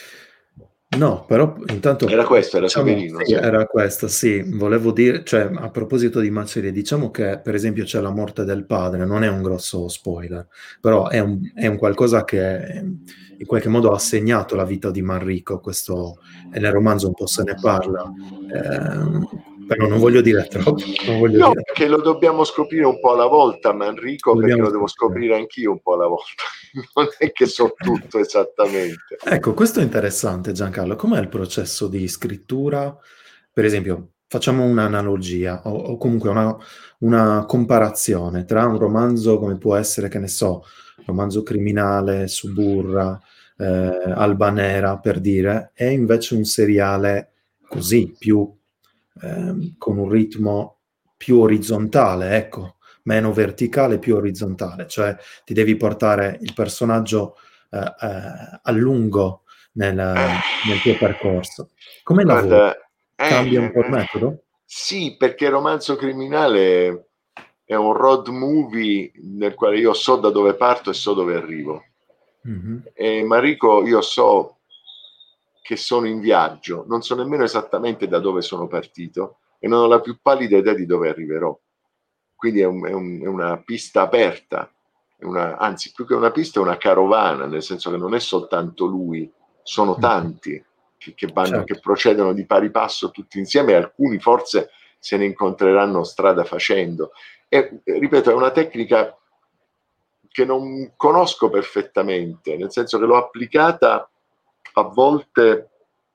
No, però intanto... Era questo, era diciamo, Severino. Sì, sì. Era questo, sì. Volevo dire, cioè, a proposito di macerie, diciamo che, per esempio, c'è la morte del padre, non è un grosso spoiler, però è un, è un qualcosa che in qualche modo ha segnato la vita di Manrico, questo, e nel romanzo un po' se ne parla, eh, però non voglio dire troppo. Non voglio no, dire. Perché lo dobbiamo scoprire un po' alla volta, Manrico, perché lo devo scoprire anch'io un po' alla volta. Non è che so tutto esattamente. Ecco, questo è interessante, Giancarlo. Com'è il processo di scrittura? Per esempio, facciamo un'analogia o, o comunque una, una comparazione tra un romanzo come può essere, che ne so, romanzo criminale, Suburra, eh, Alba Nera, per dire, e invece un seriale così, più eh, con un ritmo più orizzontale, ecco, meno verticale, più orizzontale, cioè ti devi portare il personaggio eh, eh, a lungo nel, nel tuo percorso. Come lavori? Guarda, Cambia eh, un po' il metodo? Sì, perché romanzo criminale è un road movie nel quale io so da dove parto e so dove arrivo. Mm-hmm. E Marico, io so che sono in viaggio, non so nemmeno esattamente da dove sono partito e non ho la più pallida idea di dove arriverò. Quindi è, un, è, un, è una pista aperta, è una, anzi più che una pista è una carovana, nel senso che non è soltanto lui, sono tanti che, che, vanno, certo. che procedono di pari passo tutti insieme, e alcuni forse se ne incontreranno strada facendo. E ripeto, è una tecnica che non conosco perfettamente, nel senso che l'ho applicata a volte,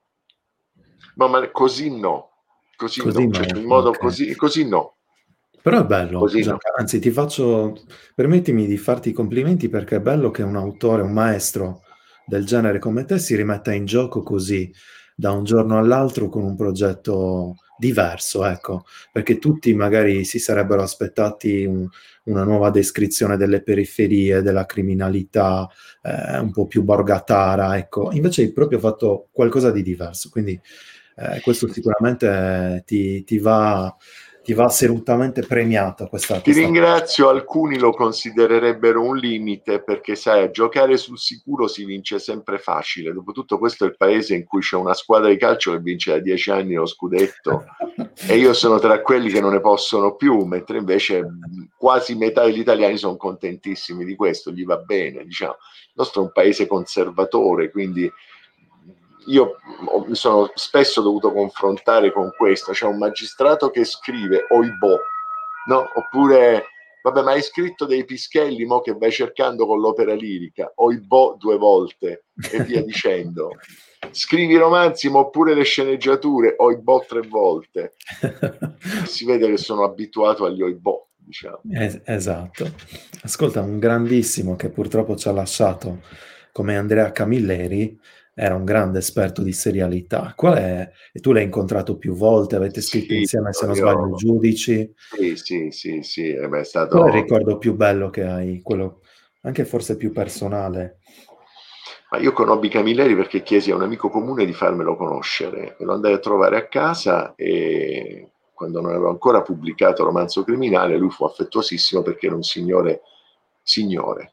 ma, ma così no, così, così no, no, cioè in modo okay. così, così no. Però è bello, così no. Anzi ti faccio, permettimi di farti i complimenti, perché è bello che un autore, un maestro del genere come te si rimetta in gioco così, da un giorno all'altro, con un progetto diverso, ecco, perché tutti magari si sarebbero aspettati un, una nuova descrizione delle periferie, della criminalità, eh, un po' più borgatara, ecco, invece hai proprio fatto qualcosa di diverso, quindi eh, questo sicuramente ti, ti va... ti va assolutamente premiato questa, Ti questa ringrazio, cosa. Alcuni lo considererebbero un limite, perché sai, a giocare sul sicuro si vince sempre facile. Dopotutto questo è il paese in cui c'è una squadra di calcio che vince da dieci anni lo scudetto e io sono tra quelli che non ne possono più, mentre invece quasi metà degli italiani sono contentissimi di questo, gli va bene, diciamo. Il nostro è un paese conservatore, quindi io mi sono spesso dovuto confrontare con questo. C'è un magistrato che scrive oibò, no? Oppure, vabbè, ma hai scritto dei pischelli, mo che vai cercando con l'opera lirica, oibò due volte e via dicendo. Scrivi romanzi, ma oppure le sceneggiature, oibò tre volte. Si vede che sono abituato agli oibò, diciamo. Es- esatto. Ascolta, un grandissimo che purtroppo ci ha lasciato, come Andrea Camilleri, era un grande esperto di serialità. Qual è? E tu l'hai incontrato più volte, avete scritto Sì, insieme, se non io... sbaglio, I Giudici. Sì, sì, sì, sì, è beh, stato... Qual è il ricordo più bello che hai? Quello anche forse più personale? Ma io conobbi Camilleri perché chiesi a un amico comune di farmelo conoscere. Lo andai a trovare a casa e quando non avevo ancora pubblicato Romanzo Criminale, lui fu affettuosissimo perché era un signore, signore,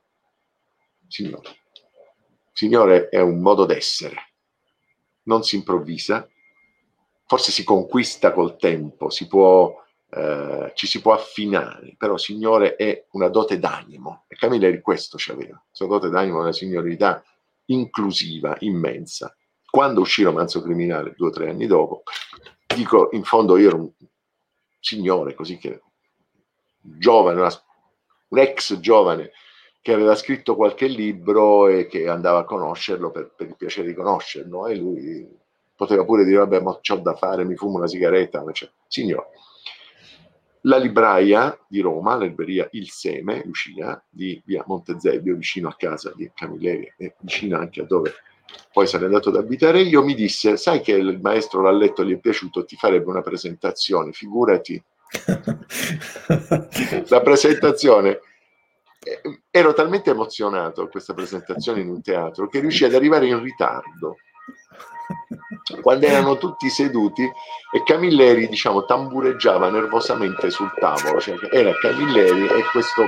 signore. Signore è un modo d'essere, non si improvvisa, forse si conquista col tempo, si può, eh, ci si può affinare, però signore è una dote d'animo, e Camilleri questo c'aveva, questa dote d'animo, una signorità inclusiva, immensa. Quando uscì Romanzo Criminale, due o tre anni dopo, dico, in fondo io ero un signore, così che giovane, una, un ex giovane, che aveva scritto qualche libro e che andava a conoscerlo per, per il piacere di conoscerlo, e lui poteva pure dire vabbè, ma c'ho da fare, mi fumo una sigaretta, cioè, signore. La libraia di Roma, la libreria Il Seme, Lucia, di via Montezebio, vicino a casa di Camilleri e vicino anche a dove poi sarei andato ad abitare io, mi disse, sai che il maestro l'ha letto, gli è piaciuto, ti farebbe una presentazione, figurati. La presentazione, ero talmente emozionato a questa presentazione in un teatro che riuscì ad arrivare in ritardo quando erano tutti seduti e Camilleri, diciamo, tambureggiava nervosamente sul tavolo, cioè era Camilleri e questo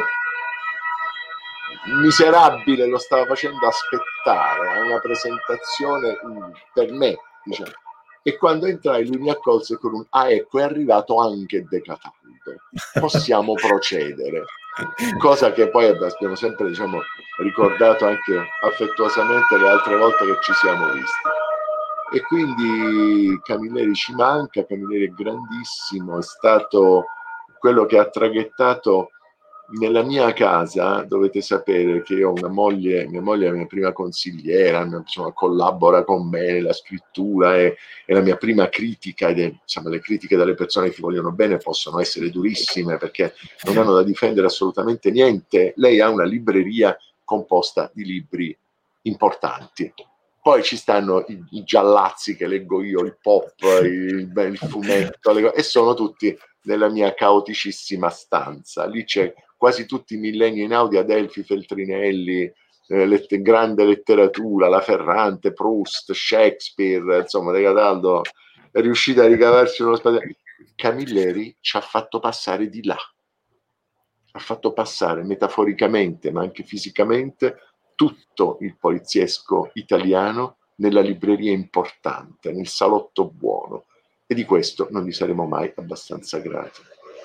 miserabile lo stava facendo aspettare a una presentazione per me, diciamo. E quando entrai lui mi accolse con un ah, ecco, è arrivato anche De Cataldo, possiamo procedere, cosa che poi abbiamo sempre, diciamo, ricordato anche affettuosamente le altre volte che ci siamo visti. E quindi Camilleri ci manca, Camilleri è grandissimo, è stato quello che ha traghettato nella mia casa. Dovete sapere che io ho una moglie, mia moglie è la mia prima consigliera, insomma, collabora con me nella scrittura, è, è la mia prima critica, ed è, insomma, le critiche dalle persone che ti vogliono bene possono essere durissime perché non hanno da difendere assolutamente niente. Lei ha una libreria composta di libri importanti. Poi ci stanno i, i giallazzi che leggo io, il pop, il, il fumetto, le, e sono tutti nella mia caoticissima stanza. Lì c'è quasi tutti i millenni in Audi, Adelphi, Feltrinelli, eh, let- grande letteratura, la Ferrante, Proust, Shakespeare, insomma, De Cataldo è riuscita a ricavarsi uno spazio. Camilleri ci ha fatto passare di là. ha fatto passare metaforicamente, ma anche fisicamente, tutto il poliziesco italiano nella libreria importante, nel salotto buono, e di questo non gli saremo mai abbastanza grati.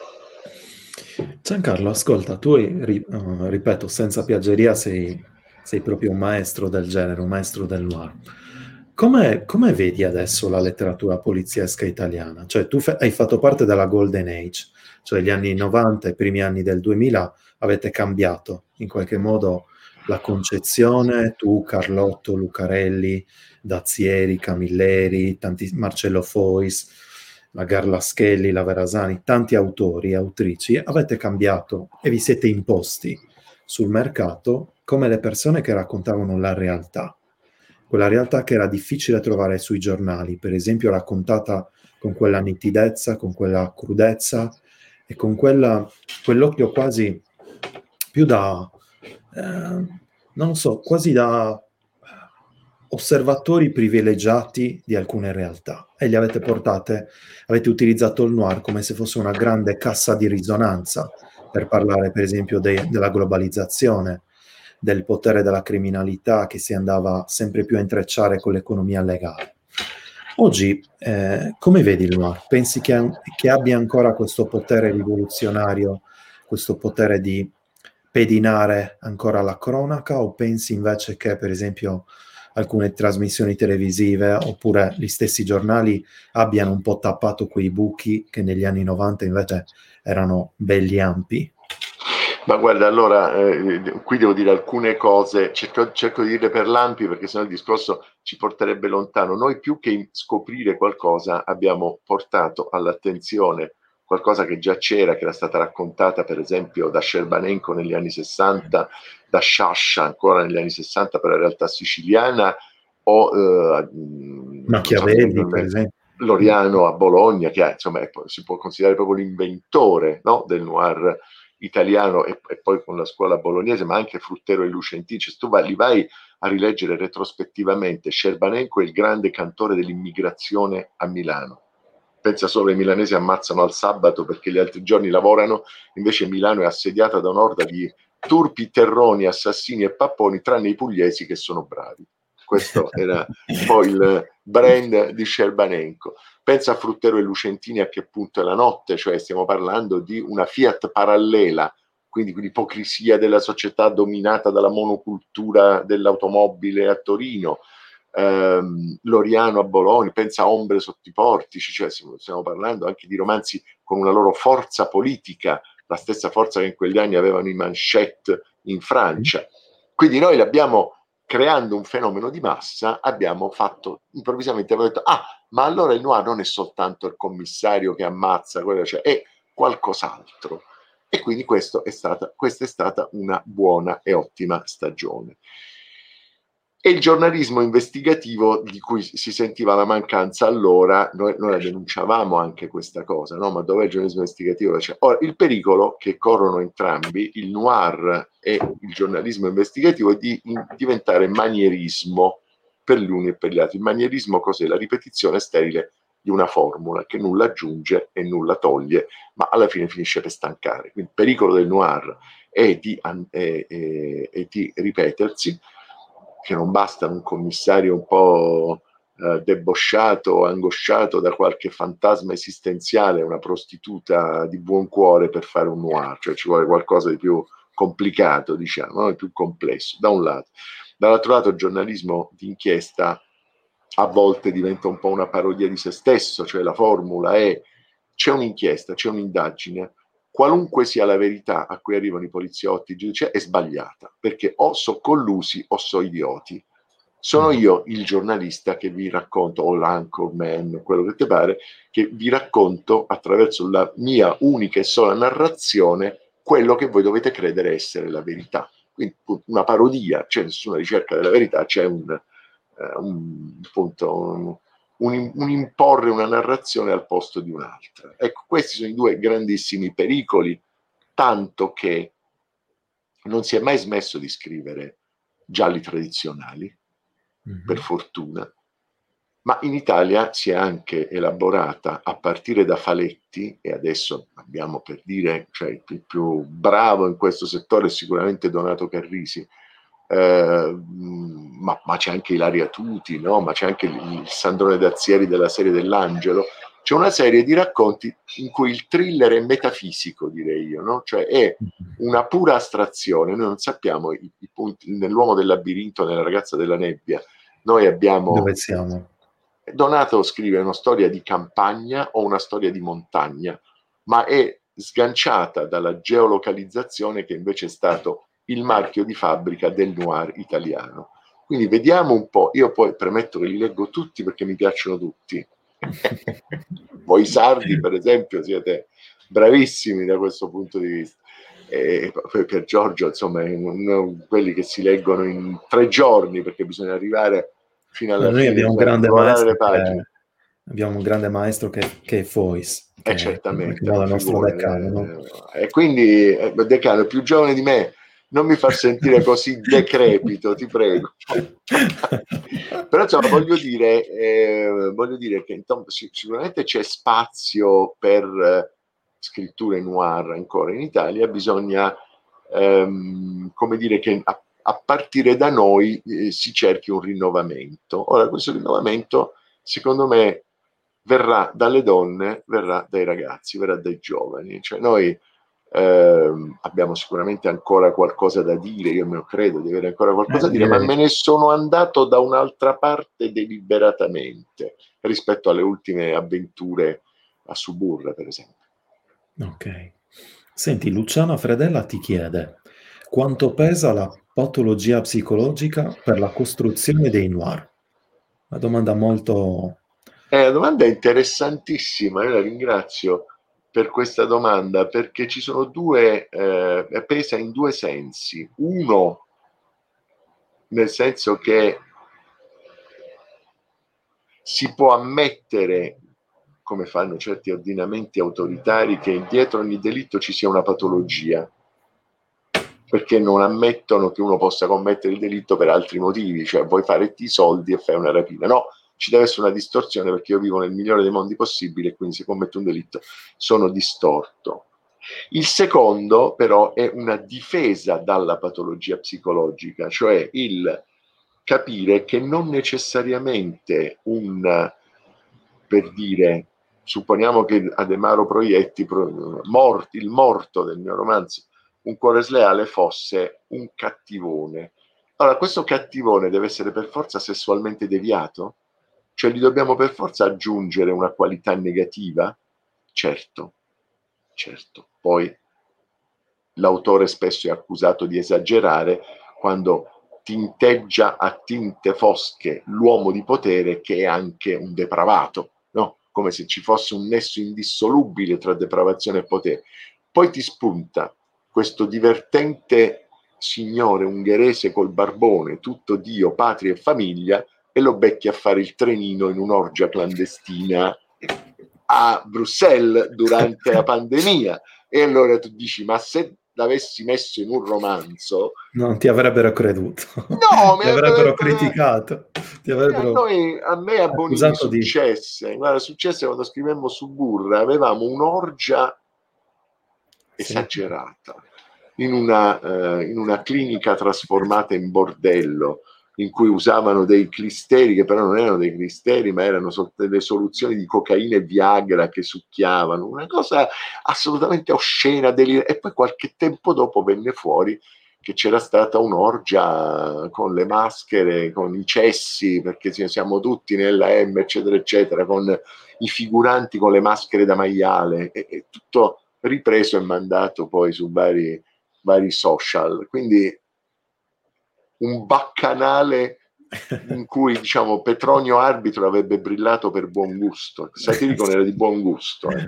Giancarlo, ascolta, tu, ri, uh, ripeto, senza piaggeria sei, sei proprio un maestro del genere, un maestro del noir. Come, come vedi adesso la letteratura poliziesca italiana? Cioè, tu fe- hai fatto parte della Golden Age, cioè gli anni novanta, i primi anni del duemila avete cambiato in qualche modo la concezione, tu, Carlotto, Lucarelli, Dazieri, Camilleri, tanti, Marcello Fois, la Garlaschelli, la Verasani, tanti autori e autrici, avete cambiato e vi siete imposti sul mercato come le persone che raccontavano la realtà, quella realtà che era difficile trovare sui giornali, per esempio raccontata con quella nitidezza, con quella crudezza e con quella, quell'occhio quasi più da, eh, non so, quasi da osservatori privilegiati di alcune realtà, e li avete portate, avete utilizzato il noir come se fosse una grande cassa di risonanza per parlare per esempio de- della globalizzazione, del potere della criminalità che si andava sempre più a intrecciare con l'economia legale. Oggi, eh, come vedi il noir? Pensi che, che abbia ancora questo potere rivoluzionario, questo potere di pedinare ancora la cronaca, o pensi invece che per esempio alcune trasmissioni televisive oppure gli stessi giornali abbiano un po' tappato quei buchi che negli anni novanta invece erano belli ampi? Ma guarda, allora, eh, qui devo dire alcune cose, cerco, cerco di dirle per lampi perché sennò il discorso ci porterebbe lontano. Noi più che scoprire qualcosa abbiamo portato all'attenzione qualcosa che già c'era, che era stata raccontata per esempio da Scerbanenko negli anni sessanta, da Sciascia ancora negli anni sessanta per la realtà siciliana, o eh, Machiavelli, per esempio. Loriano a Bologna, che insomma è, si può considerare proprio l'inventore, no, del noir italiano, e, e poi con la scuola bolognese, ma anche Fruttero e Lucentini. Cioè, tu vai, li vai a rileggere retrospettivamente. Scerbanenko è il grande cantore dell'immigrazione a Milano. Pensa solo, i milanesi ammazzano al sabato perché gli altri giorni lavorano, invece Milano è assediata da un'orda di turpi, terroni, assassini e papponi, tranne i pugliesi che sono bravi. Questo era poi il brand di Scerbanenko. Pensa a Fruttero e Lucentini, a che punto è la notte, cioè stiamo parlando di una Fiat parallela, quindi l'ipocrisia della società dominata dalla monocultura dell'automobile a Torino. Um, Loriano a Bologna, pensa a Ombre sotto i portici, cioè stiamo parlando anche di romanzi con una loro forza politica, la stessa forza che in quegli anni avevano i Manchette in Francia. Quindi noi l'abbiamo, creando un fenomeno di massa, abbiamo fatto improvvisamente, abbiamo detto, ah, ma allora il noir non è soltanto il commissario che ammazza, quello, cioè, è qualcos'altro. E quindi questo è stata, questa è stata una buona e ottima stagione. E il giornalismo investigativo, di cui si sentiva la mancanza allora, noi, noi la denunciavamo anche questa cosa, no? Ma dov'è il giornalismo investigativo? Cioè, ora, il pericolo che corrono entrambi, il noir e il giornalismo investigativo, è di in, diventare manierismo per gli uni e per gli altri. Il manierismo cos'è? La ripetizione sterile di una formula che nulla aggiunge e nulla toglie, ma alla fine finisce per stancare. Quindi il pericolo del noir è di, è, è, è di ripetersi, che non basta un commissario un po' eh, debosciato, angosciato da qualche fantasma esistenziale, una prostituta di buon cuore per fare un noir, cioè ci vuole qualcosa di più complicato, diciamo, no? Di più complesso, da un lato. Dall'altro lato il giornalismo d'inchiesta a volte diventa un po' una parodia di se stesso, cioè la formula è: c'è un'inchiesta, c'è un'indagine, qualunque sia la verità a cui arrivano i poliziotti, i giudici, è sbagliata, perché o so collusi o so idioti. Sono io il giornalista che vi racconto, o l'anchorman, quello che ti pare, che vi racconto attraverso la mia unica e sola narrazione quello che voi dovete credere essere la verità. Quindi una parodia, c'è nessuna ricerca della verità, c'è un, uh, un, appunto, un, un, un imporre una narrazione al posto di un'altra. Ecco, questi sono i due grandissimi pericoli, tanto che non si è mai smesso di scrivere gialli tradizionali, mm-hmm. per fortuna, ma in Italia si è anche elaborata a partire da Faletti, e adesso abbiamo, per dire, cioè il più, più bravo in questo settore è sicuramente Donato Carrisi, eh, ma, ma c'è anche Ilaria Tuti, no? Ma c'è anche il, il Sandrone Dazieri della serie dell'Angelo. C'è una serie di racconti in cui il thriller è metafisico, direi io, no? Cioè è una pura astrazione. Noi non sappiamo i, i punti, nell'uomo del labirinto, nella ragazza della nebbia, noi abbiamo... Dove siamo? Donato scrive una storia di campagna o una storia di montagna, ma è sganciata dalla geolocalizzazione, che invece è stato il marchio di fabbrica del noir italiano. Quindi vediamo un po', io poi premetto che li leggo tutti perché mi piacciono tutti. Voi sardi, per esempio, siete bravissimi da questo punto di vista. E per Giorgio, insomma, è uno, quelli che si leggono in tre giorni, perché bisogna arrivare fino alla Noi fine, abbiamo un bisogna grande lavorare le maestro pagine. che, abbiamo un grande maestro che, che è Fois, È che certamente, è il nostro figuri, decano, no? eh, e quindi eh, decano è più giovane di me, non mi far sentire così decrepito, ti prego. Però insomma voglio dire, eh, voglio dire che insomma, sicuramente c'è spazio per eh, scritture noir ancora in Italia, bisogna ehm, come dire che a, a partire da noi eh, si cerchi un rinnovamento. Ora questo rinnovamento secondo me verrà dalle donne, verrà dai ragazzi, verrà dai giovani. Cioè noi ehm, abbiamo sicuramente ancora qualcosa da dire, io me lo credo di avere ancora qualcosa Eh, da dire, ma direi. me ne sono andato da un'altra parte deliberatamente rispetto alle ultime avventure a Suburra, per esempio. Ok. Senti, Luciana Fredella ti chiede quanto pesa la patologia psicologica per la costruzione dei noir? Una domanda molto... Eh, la domanda è interessantissima, io la ringrazio per questa domanda, perché ci sono due, eh, pesa in due sensi. Uno, nel senso che si può ammettere, come fanno certi ordinamenti autoritari, che dietro ogni delitto ci sia una patologia, perché non ammettono che uno possa commettere il delitto per altri motivi, cioè vuoi fare i soldi e fai una rapina. No, ci deve essere una distorsione, perché io vivo nel migliore dei mondi possibili e quindi se commetto un delitto sono distorto. Il secondo però è una difesa dalla patologia psicologica, cioè il capire che non necessariamente un, per dire, supponiamo che Ademaro Proietti, morti, il morto del mio romanzo Un cuore sleale, fosse un cattivone. Allora, questo cattivone deve essere per forza sessualmente deviato? Cioè gli dobbiamo per forza aggiungere una qualità negativa? Certo, certo. Poi l'autore spesso è accusato di esagerare quando tinteggia a tinte fosche l'uomo di potere che è anche un depravato, no? Come se ci fosse un nesso indissolubile tra depravazione e potere. Poi ti spunta questo divertente signore ungherese col barbone, tutto Dio, patria e famiglia, e lo becchi a fare il trenino in un'orgia clandestina a Bruxelles durante la pandemia. E allora tu dici, ma se l'avessi messo in un romanzo... Non ti avrebbero creduto. No, ti mi avrebbero avrebbe... criticato. Ti avrebbero A, noi, a me a Bonini accusato di... successe, guarda, successe quando scrivemmo Suburra, avevamo un'orgia esagerata in una, eh, in una clinica trasformata in bordello, in cui usavano dei clisteri che però non erano dei clisteri, ma erano delle soluzioni di cocaina e Viagra che succhiavano, una cosa assolutamente oscena, delirante. E poi qualche tempo dopo venne fuori che c'era stata un'orgia con le maschere, con i cessi, perché siamo tutti nella M, eccetera, eccetera, con i figuranti con le maschere da maiale, e, e tutto ripreso e mandato poi su vari, vari social. Quindi un baccanale in cui, diciamo, Petronio arbitro avrebbe brillato per buon gusto. Satiricon era di buon gusto. Eh.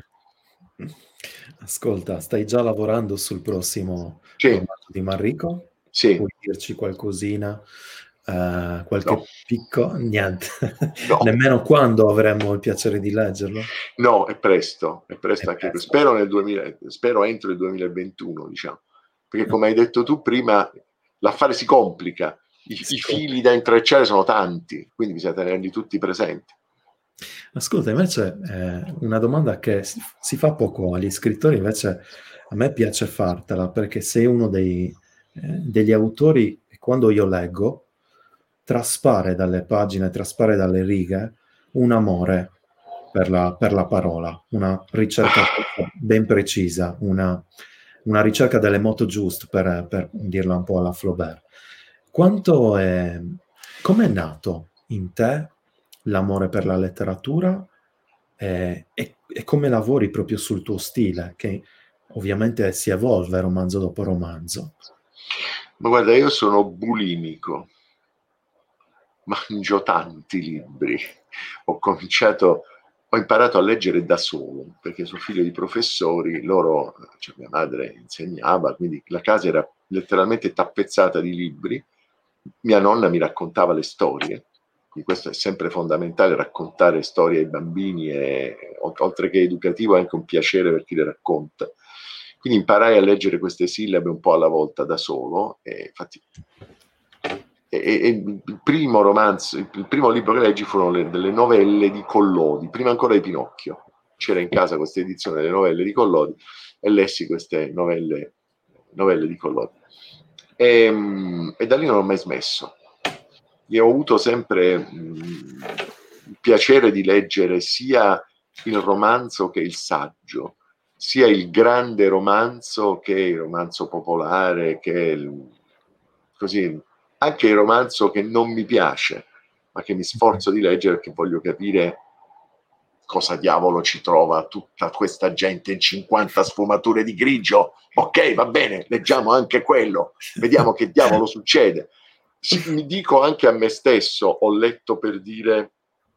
Ascolta, stai già lavorando sul prossimo sì. romanzo di Manrico? Sì. Puoi dirci qualcosina? Uh, qualche no. picco? Niente. No. Nemmeno quando avremo il piacere di leggerlo? No, è presto, è presto è anche presto. Spero, nel duemila, spero entro il duemilaventuno, diciamo. Perché come hai detto tu prima, l'affare si complica. I, si i complica. fili da intrecciare sono tanti, quindi bisogna tenerli tutti presenti. Ascolta, invece, eh, una domanda che si, si fa poco agli scrittori, invece a me piace fartela, perché sei uno dei, eh, degli autori che quando io leggo traspare dalle pagine, traspare dalle righe un amore per la, per la parola, una ricerca ben precisa, una, una ricerca delle moto giuste, per, per dirla un po' alla Flaubert. Quanto è, com'è nato in te l'amore per la letteratura eh, e, e come lavori proprio sul tuo stile, che ovviamente si evolve romanzo dopo romanzo? Ma guarda, io sono bulimico, mangio tanti libri. Ho cominciato, ho imparato a leggere da solo, perché sono figlio di professori, loro, cioè mia madre insegnava, quindi la casa era letteralmente tappezzata di libri. Mia nonna mi raccontava le storie, quindi questo è sempre fondamentale, raccontare storie ai bambini è, oltre che educativo, è anche un piacere per chi le racconta. Quindi imparai a leggere queste sillabe un po' alla volta da solo, e infatti e, e il primo romanzo, il primo libro che leggi furono le, delle novelle di Collodi, prima ancora di Pinocchio. C'era in casa questa edizione delle novelle di Collodi e lessi queste novelle, novelle di Collodi. E, e da lì non ho mai smesso. Io ho avuto sempre mh, il piacere di leggere sia il romanzo che il saggio, sia il grande romanzo che il romanzo popolare, che il, così, anche il romanzo che non mi piace, ma che mi sforzo di leggere perché voglio capire cosa diavolo ci trova tutta questa gente in cinquanta sfumature di grigio. Ok, va bene, leggiamo anche quello, vediamo che diavolo succede. Mi dico anche a me stesso, ho letto per dire,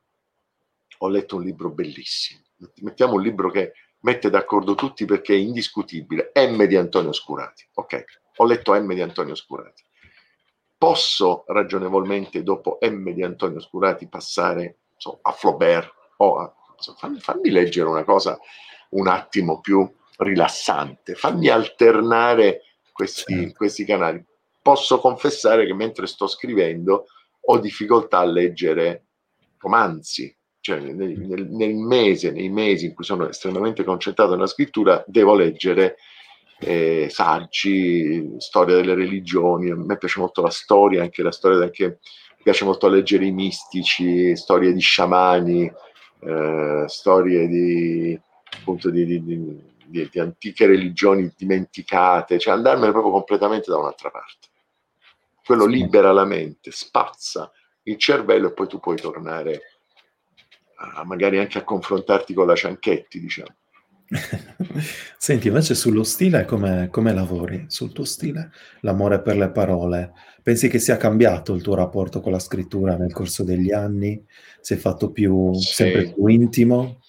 ho letto un libro bellissimo, mettiamo un libro che mette d'accordo tutti perché è indiscutibile, M di Antonio Scurati. Ok, ho letto M di Antonio Scurati. Posso ragionevolmente dopo M di Antonio Scurati passare so, a Flaubert o a, so, fammi, fammi leggere una cosa un attimo più rilassante, fammi alternare questi, certo. questi canali. Posso confessare che mentre sto scrivendo ho difficoltà a leggere romanzi, cioè nel, nel, nel mese, nei mesi in cui sono estremamente concentrato nella scrittura, devo leggere eh, saggi, storia delle religioni. A me piace molto la storia, anche la storia, anche mi piace molto leggere i mistici, storie di sciamani, eh, storie di appunto di, di, di, di, di antiche religioni dimenticate, cioè andarmene proprio completamente da un'altra parte. Quello sì. Libera la mente, spazza il cervello e poi tu puoi tornare a, magari anche a confrontarti con la Cianchetti, diciamo. Senti, invece sullo stile come, come lavori? Sul tuo stile? L'amore per le parole. Pensi che sia cambiato il tuo rapporto con la scrittura nel corso degli anni? Si è fatto più, sì. sempre più intimo?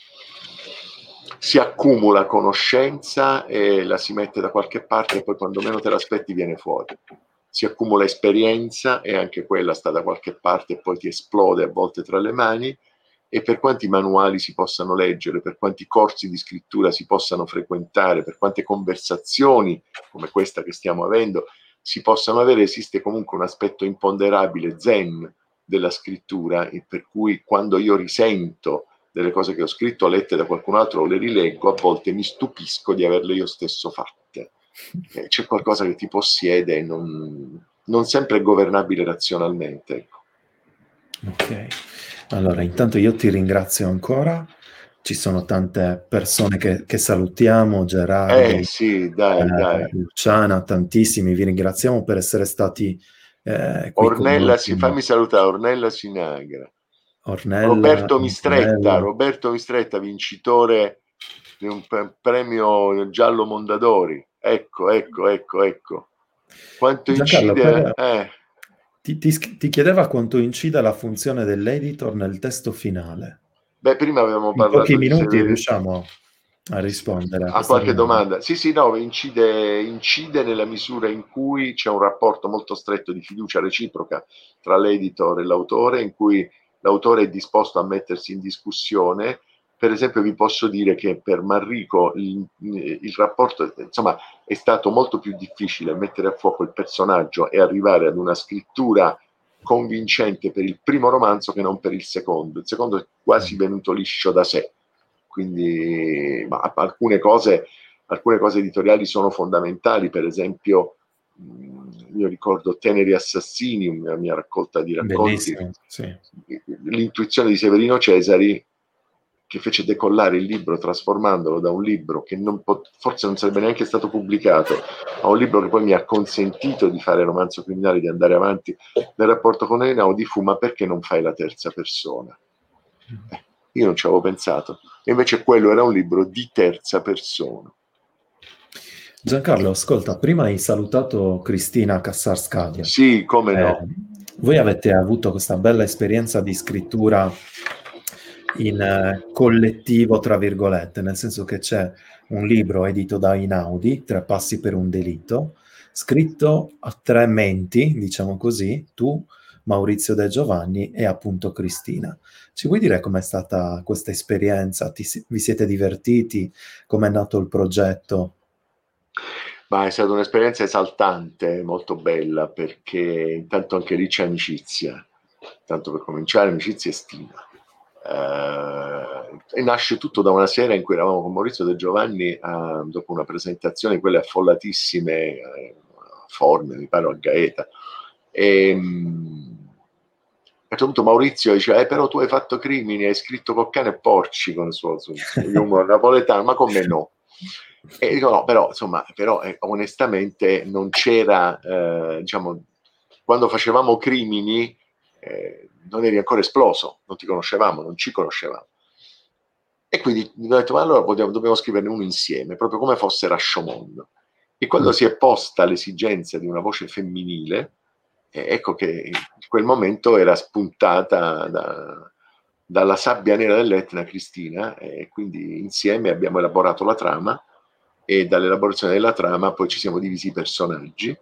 Si accumula conoscenza e la si mette da qualche parte e poi quando meno te l'aspetti viene fuori. Si accumula esperienza e anche quella sta da qualche parte e poi ti esplode a volte tra le mani. E per quanti manuali si possano leggere, per quanti corsi di scrittura si possano frequentare, per quante conversazioni come questa che stiamo avendo si possano avere, esiste comunque un aspetto imponderabile, zen, della scrittura, per cui quando io risento delle cose che ho scritto lette da qualcun altro o le rileggo, a volte mi stupisco di averle io stesso fatte. Eh, c'è qualcosa che ti possiede e non, non sempre è governabile razionalmente. Ecco. Ok. Allora, intanto io ti ringrazio ancora. Ci sono tante persone che, che salutiamo, Gerardo, eh, sì, dai, eh, dai. Luciana, tantissimi. Vi ringraziamo per essere stati eh, qui Ornella, con si, fammi salutare Ornella Sinagra. Ornella, Roberto Mistretta, Ornella. Roberto Mistretta, vincitore di un premio Giallo Mondadori. Ecco, ecco, ecco, ecco. Quanto Giancarlo, incide... per... Eh. Ti, ti, ti chiedeva quanto incida la funzione dell'editor nel testo finale. Beh, prima avevamo In parlato pochi di minuti se... riusciamo a rispondere a a questa qualche domanda. domanda. Sì, sì, no, incide, incide nella misura in cui c'è un rapporto molto stretto di fiducia reciproca tra l'editor e l'autore, in cui l'autore è disposto a mettersi in discussione. Per esempio vi posso dire che per Manrico il, il rapporto, insomma, è stato molto più difficile mettere a fuoco il personaggio e arrivare ad una scrittura convincente per il primo romanzo che non per il secondo. Il secondo è quasi venuto liscio da sé, quindi ma alcune cose, alcune cose editoriali sono fondamentali, per esempio io ricordo Teneri Assassini, una mia raccolta di racconti, sì. L'intuizione di Severino Cesari, che fece decollare il libro trasformandolo da un libro che non pot- forse non sarebbe neanche stato pubblicato a un libro che poi mi ha consentito di fare Romanzo Criminale, di andare avanti nel rapporto con Einaudi, fu: ma perché non fai la terza persona? Eh, io non ci avevo pensato, e invece quello era un libro di terza persona. Giancarlo, ascolta, prima hai salutato Cristina Cassar-Scadia. Sì, come no. Eh, voi avete avuto questa bella esperienza di scrittura in eh, collettivo, tra virgolette, nel senso che c'è un libro edito da Einaudi, Tre passi per un delitto, scritto a tre menti, diciamo così, tu, Maurizio De Giovanni e appunto Cristina. Ci vuoi dire com'è stata questa esperienza? Ti, vi siete divertiti? Com'è nato il progetto? Ma è stata un'esperienza esaltante, molto bella, perché intanto anche lì c'è amicizia, tanto per cominciare, amicizia e stima. Uh, e nasce tutto da una sera in cui eravamo con Maurizio De Giovanni uh, dopo una presentazione, quelle affollatissime, eh, Forme, mi pare, a Gaeta, e um, a un punto Maurizio diceva: eh, però tu hai fatto Crimini, hai scritto Coccane e Porci, con il suo, suo, suo humor napoletano, ma con me no. E dico no, però insomma, però eh, onestamente non c'era, eh, diciamo, quando facevamo Crimini eh, non eri ancora esploso, non ti conoscevamo, non ci conoscevamo. E quindi ho detto: ma allora dobbiamo, dobbiamo scriverne uno insieme, proprio come fosse Rashomon. E quando mm. si è posta l'esigenza di una voce femminile, eh, ecco che in quel momento era spuntata da, dalla sabbia nera dell'Etna Cristina, e quindi insieme abbiamo elaborato la trama, e dall'elaborazione della trama poi ci siamo divisi i personaggi,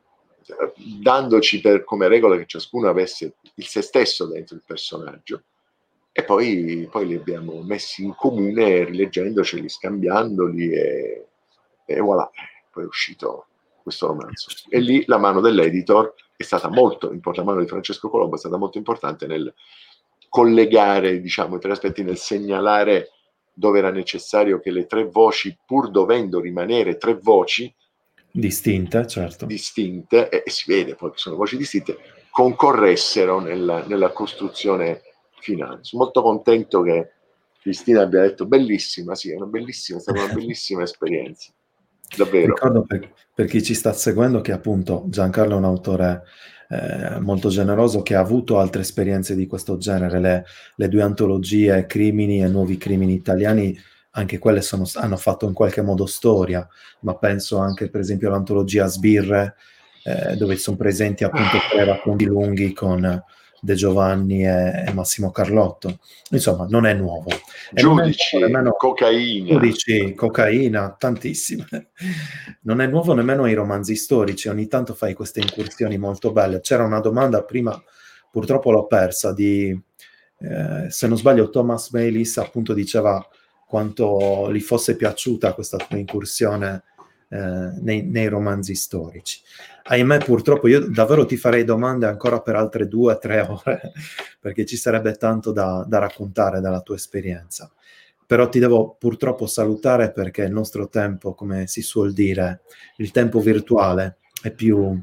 dandoci per come regola che ciascuno avesse il se stesso dentro il personaggio, e poi, poi li abbiamo messi in comune rileggendoceli, scambiandoli, e, e voilà, poi è uscito questo romanzo. E lì la mano dell'editor è stata molto importante, la mano di Francesco Colombo è stata molto importante nel collegare, diciamo, i tre aspetti, nel segnalare dove era necessario che le tre voci, pur dovendo rimanere tre voci distinte, certo, distinte, e, e si vede poi che sono voci distinte, concorressero nella, nella costruzione finale. Sono molto contento che Cristina abbia detto bellissima, sì, è una bellissima, è stata una bellissima esperienza, davvero. Ricordo per, per chi ci sta seguendo che appunto Giancarlo è un autore eh, molto generoso, che ha avuto altre esperienze di questo genere, le, le due antologie Crimini e Nuovi Crimini Italiani, anche quelle sono, hanno fatto in qualche modo storia, ma penso anche per esempio all'antologia Sbirre, eh, dove sono presenti appunto tre racconti lunghi con De Giovanni e, e Massimo Carlotto. Insomma, non è nuovo. E Giudici, non è nemmeno, cocaina. Giudici, cocaina, tantissime. Non è nuovo nemmeno ai romanzi storici, ogni tanto fai queste incursioni molto belle. C'era una domanda prima, purtroppo l'ho persa, di, eh, se non sbaglio, Thomas Baylis appunto diceva quanto gli fosse piaciuta questa tua incursione eh, nei, nei romanzi storici. Ahimè, purtroppo io davvero ti farei domande ancora per altre due o tre ore, perché ci sarebbe tanto da, da raccontare dalla tua esperienza. Però ti devo purtroppo salutare, perché il nostro tempo, come si suol dire, il tempo virtuale è più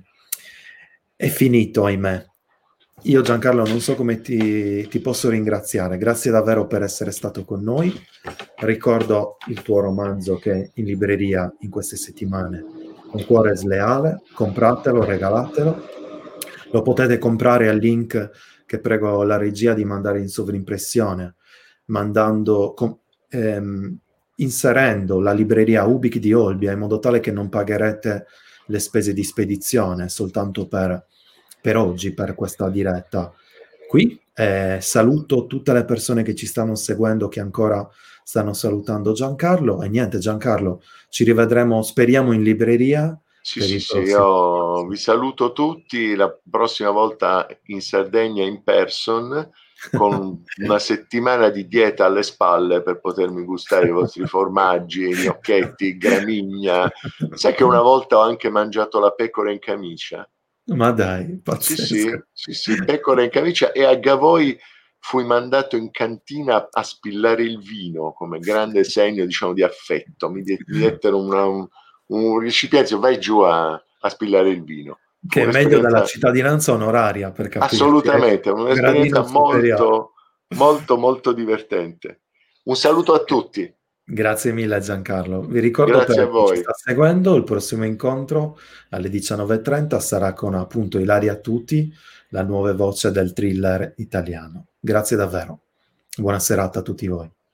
è finito, ahimè. Io, Giancarlo, non so come ti, ti posso ringraziare. Grazie davvero per essere stato con noi. Ricordo il tuo romanzo che è in libreria in queste settimane, Un cuore sleale. Compratelo, regalatelo. Lo potete comprare al link che prego la regia di mandare in sovrimpressione, mandando, com, ehm, inserendo la libreria Ubik di Olbia, in modo tale che non pagherete le spese di spedizione soltanto per, per oggi, per questa diretta qui. Eh, saluto tutte le persone che ci stanno seguendo, che ancora stanno salutando Giancarlo, e niente, Giancarlo, ci rivedremo, speriamo, in libreria. Sì, sì, sì, io vi saluto tutti, la prossima volta in Sardegna in person, con una settimana di dieta alle spalle per potermi gustare i vostri formaggi, gnocchetti, gramigna. Sai che una volta ho anche mangiato la pecora in camicia? Ma dai, Sì, pazzesco. sì, sì, sì, Pecora in camicia, e a Gavoi fui mandato in cantina a spillare il vino come grande segno, diciamo, di affetto. Mi, de- mi dettero una, un, un recipiente, vai giù a, a spillare il vino. Fu Che è meglio della un'esperienza cittadinanza onoraria, per capirci, è assolutamente, gradino un'esperienza superiore. molto, molto, molto divertente. Un saluto a tutti. Grazie mille Giancarlo. Vi ricordo, Grazie a per chi ci voi. sta seguendo, il prossimo incontro alle diciannove e trenta sarà con appunto Ilaria Tuti, la nuova voce del thriller italiano. Grazie davvero. Buona serata a tutti voi.